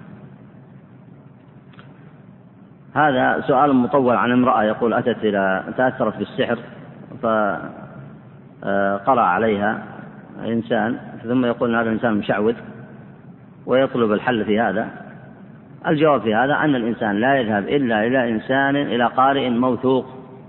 هذا سؤال مطول عن امرأة يقول: أتت إلى تأثرت بالسحر فقرأ عليها إنسان، ثم يقول هذا الإنسان مشعوذ ويطلب الحل في هذا. الجواب في هذا أن الإنسان لا يذهب إلا إلى إنسان إلى قارئ موثوق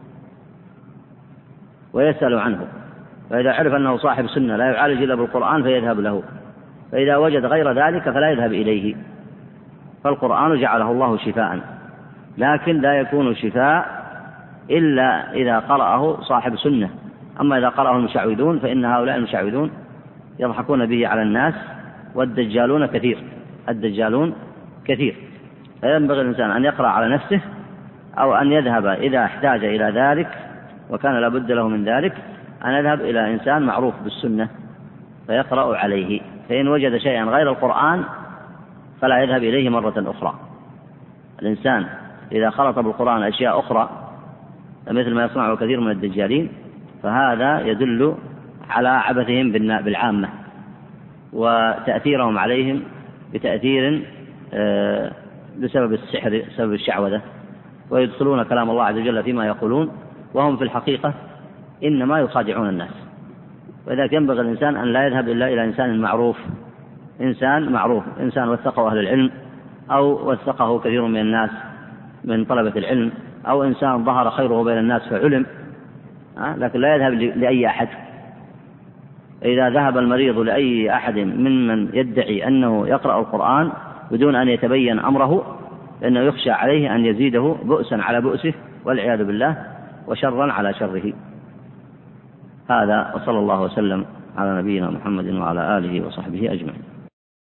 ويسأل عنه، فإذا عرف أنه صاحب سنة لا يعالج إلا بالقرآن فيذهب له، فإذا وجد غير ذلك فلا يذهب إليه. فالقرآن جعله الله شفاء، لكن لا يكون شفاء إلا إذا قرأه صاحب سنة. أما إذا قرأه المشعوذون فإن هؤلاء المشعوذون يضحكون به على الناس، والدجالون كثير الدجالون كثير فينبغي الإنسان أن يقرأ على نفسه، أو أن يذهب إذا احتاج إلى ذلك وكان لابد له من ذلك أن يذهب إلى إنسان معروف بالسنة فيقرأ عليه، فإن وجد شيئا غير القرآن فلا يذهب إليه مرة أخرى. الإنسان إذا خلط بالقرآن أشياء أخرى مثل ما يصنعه كثير من الدجالين فهذا يدل على عبثهم بالعامة وتأثيرهم عليهم بتأثير بسبب السحر بسبب الشعوذة، ويدخلون كلام الله عز وجل فيما يقولون وهم في الحقيقة إنما يخادعون الناس. وإذا ينبغي الإنسان أن لا يذهب إلا إلى إنسان معروف، إنسان معروف، إنسان وثقه أهل العلم أو وثقه كثير من الناس من طلبة العلم، أو إنسان ظهر خيره بين الناس فعلم، لكن لا يذهب لأي أحد. إذا ذهب المريض لأي أحد ممن يدعي أنه يقرأ القرآن بدون أن يتبين أمره لأنه يخشى عليه أن يزيده بؤسا على بؤسه والعياذ بالله وشرا على شره. هذا، وصلى الله وسلم على نبينا محمد وعلى آله وصحبه أجمعين.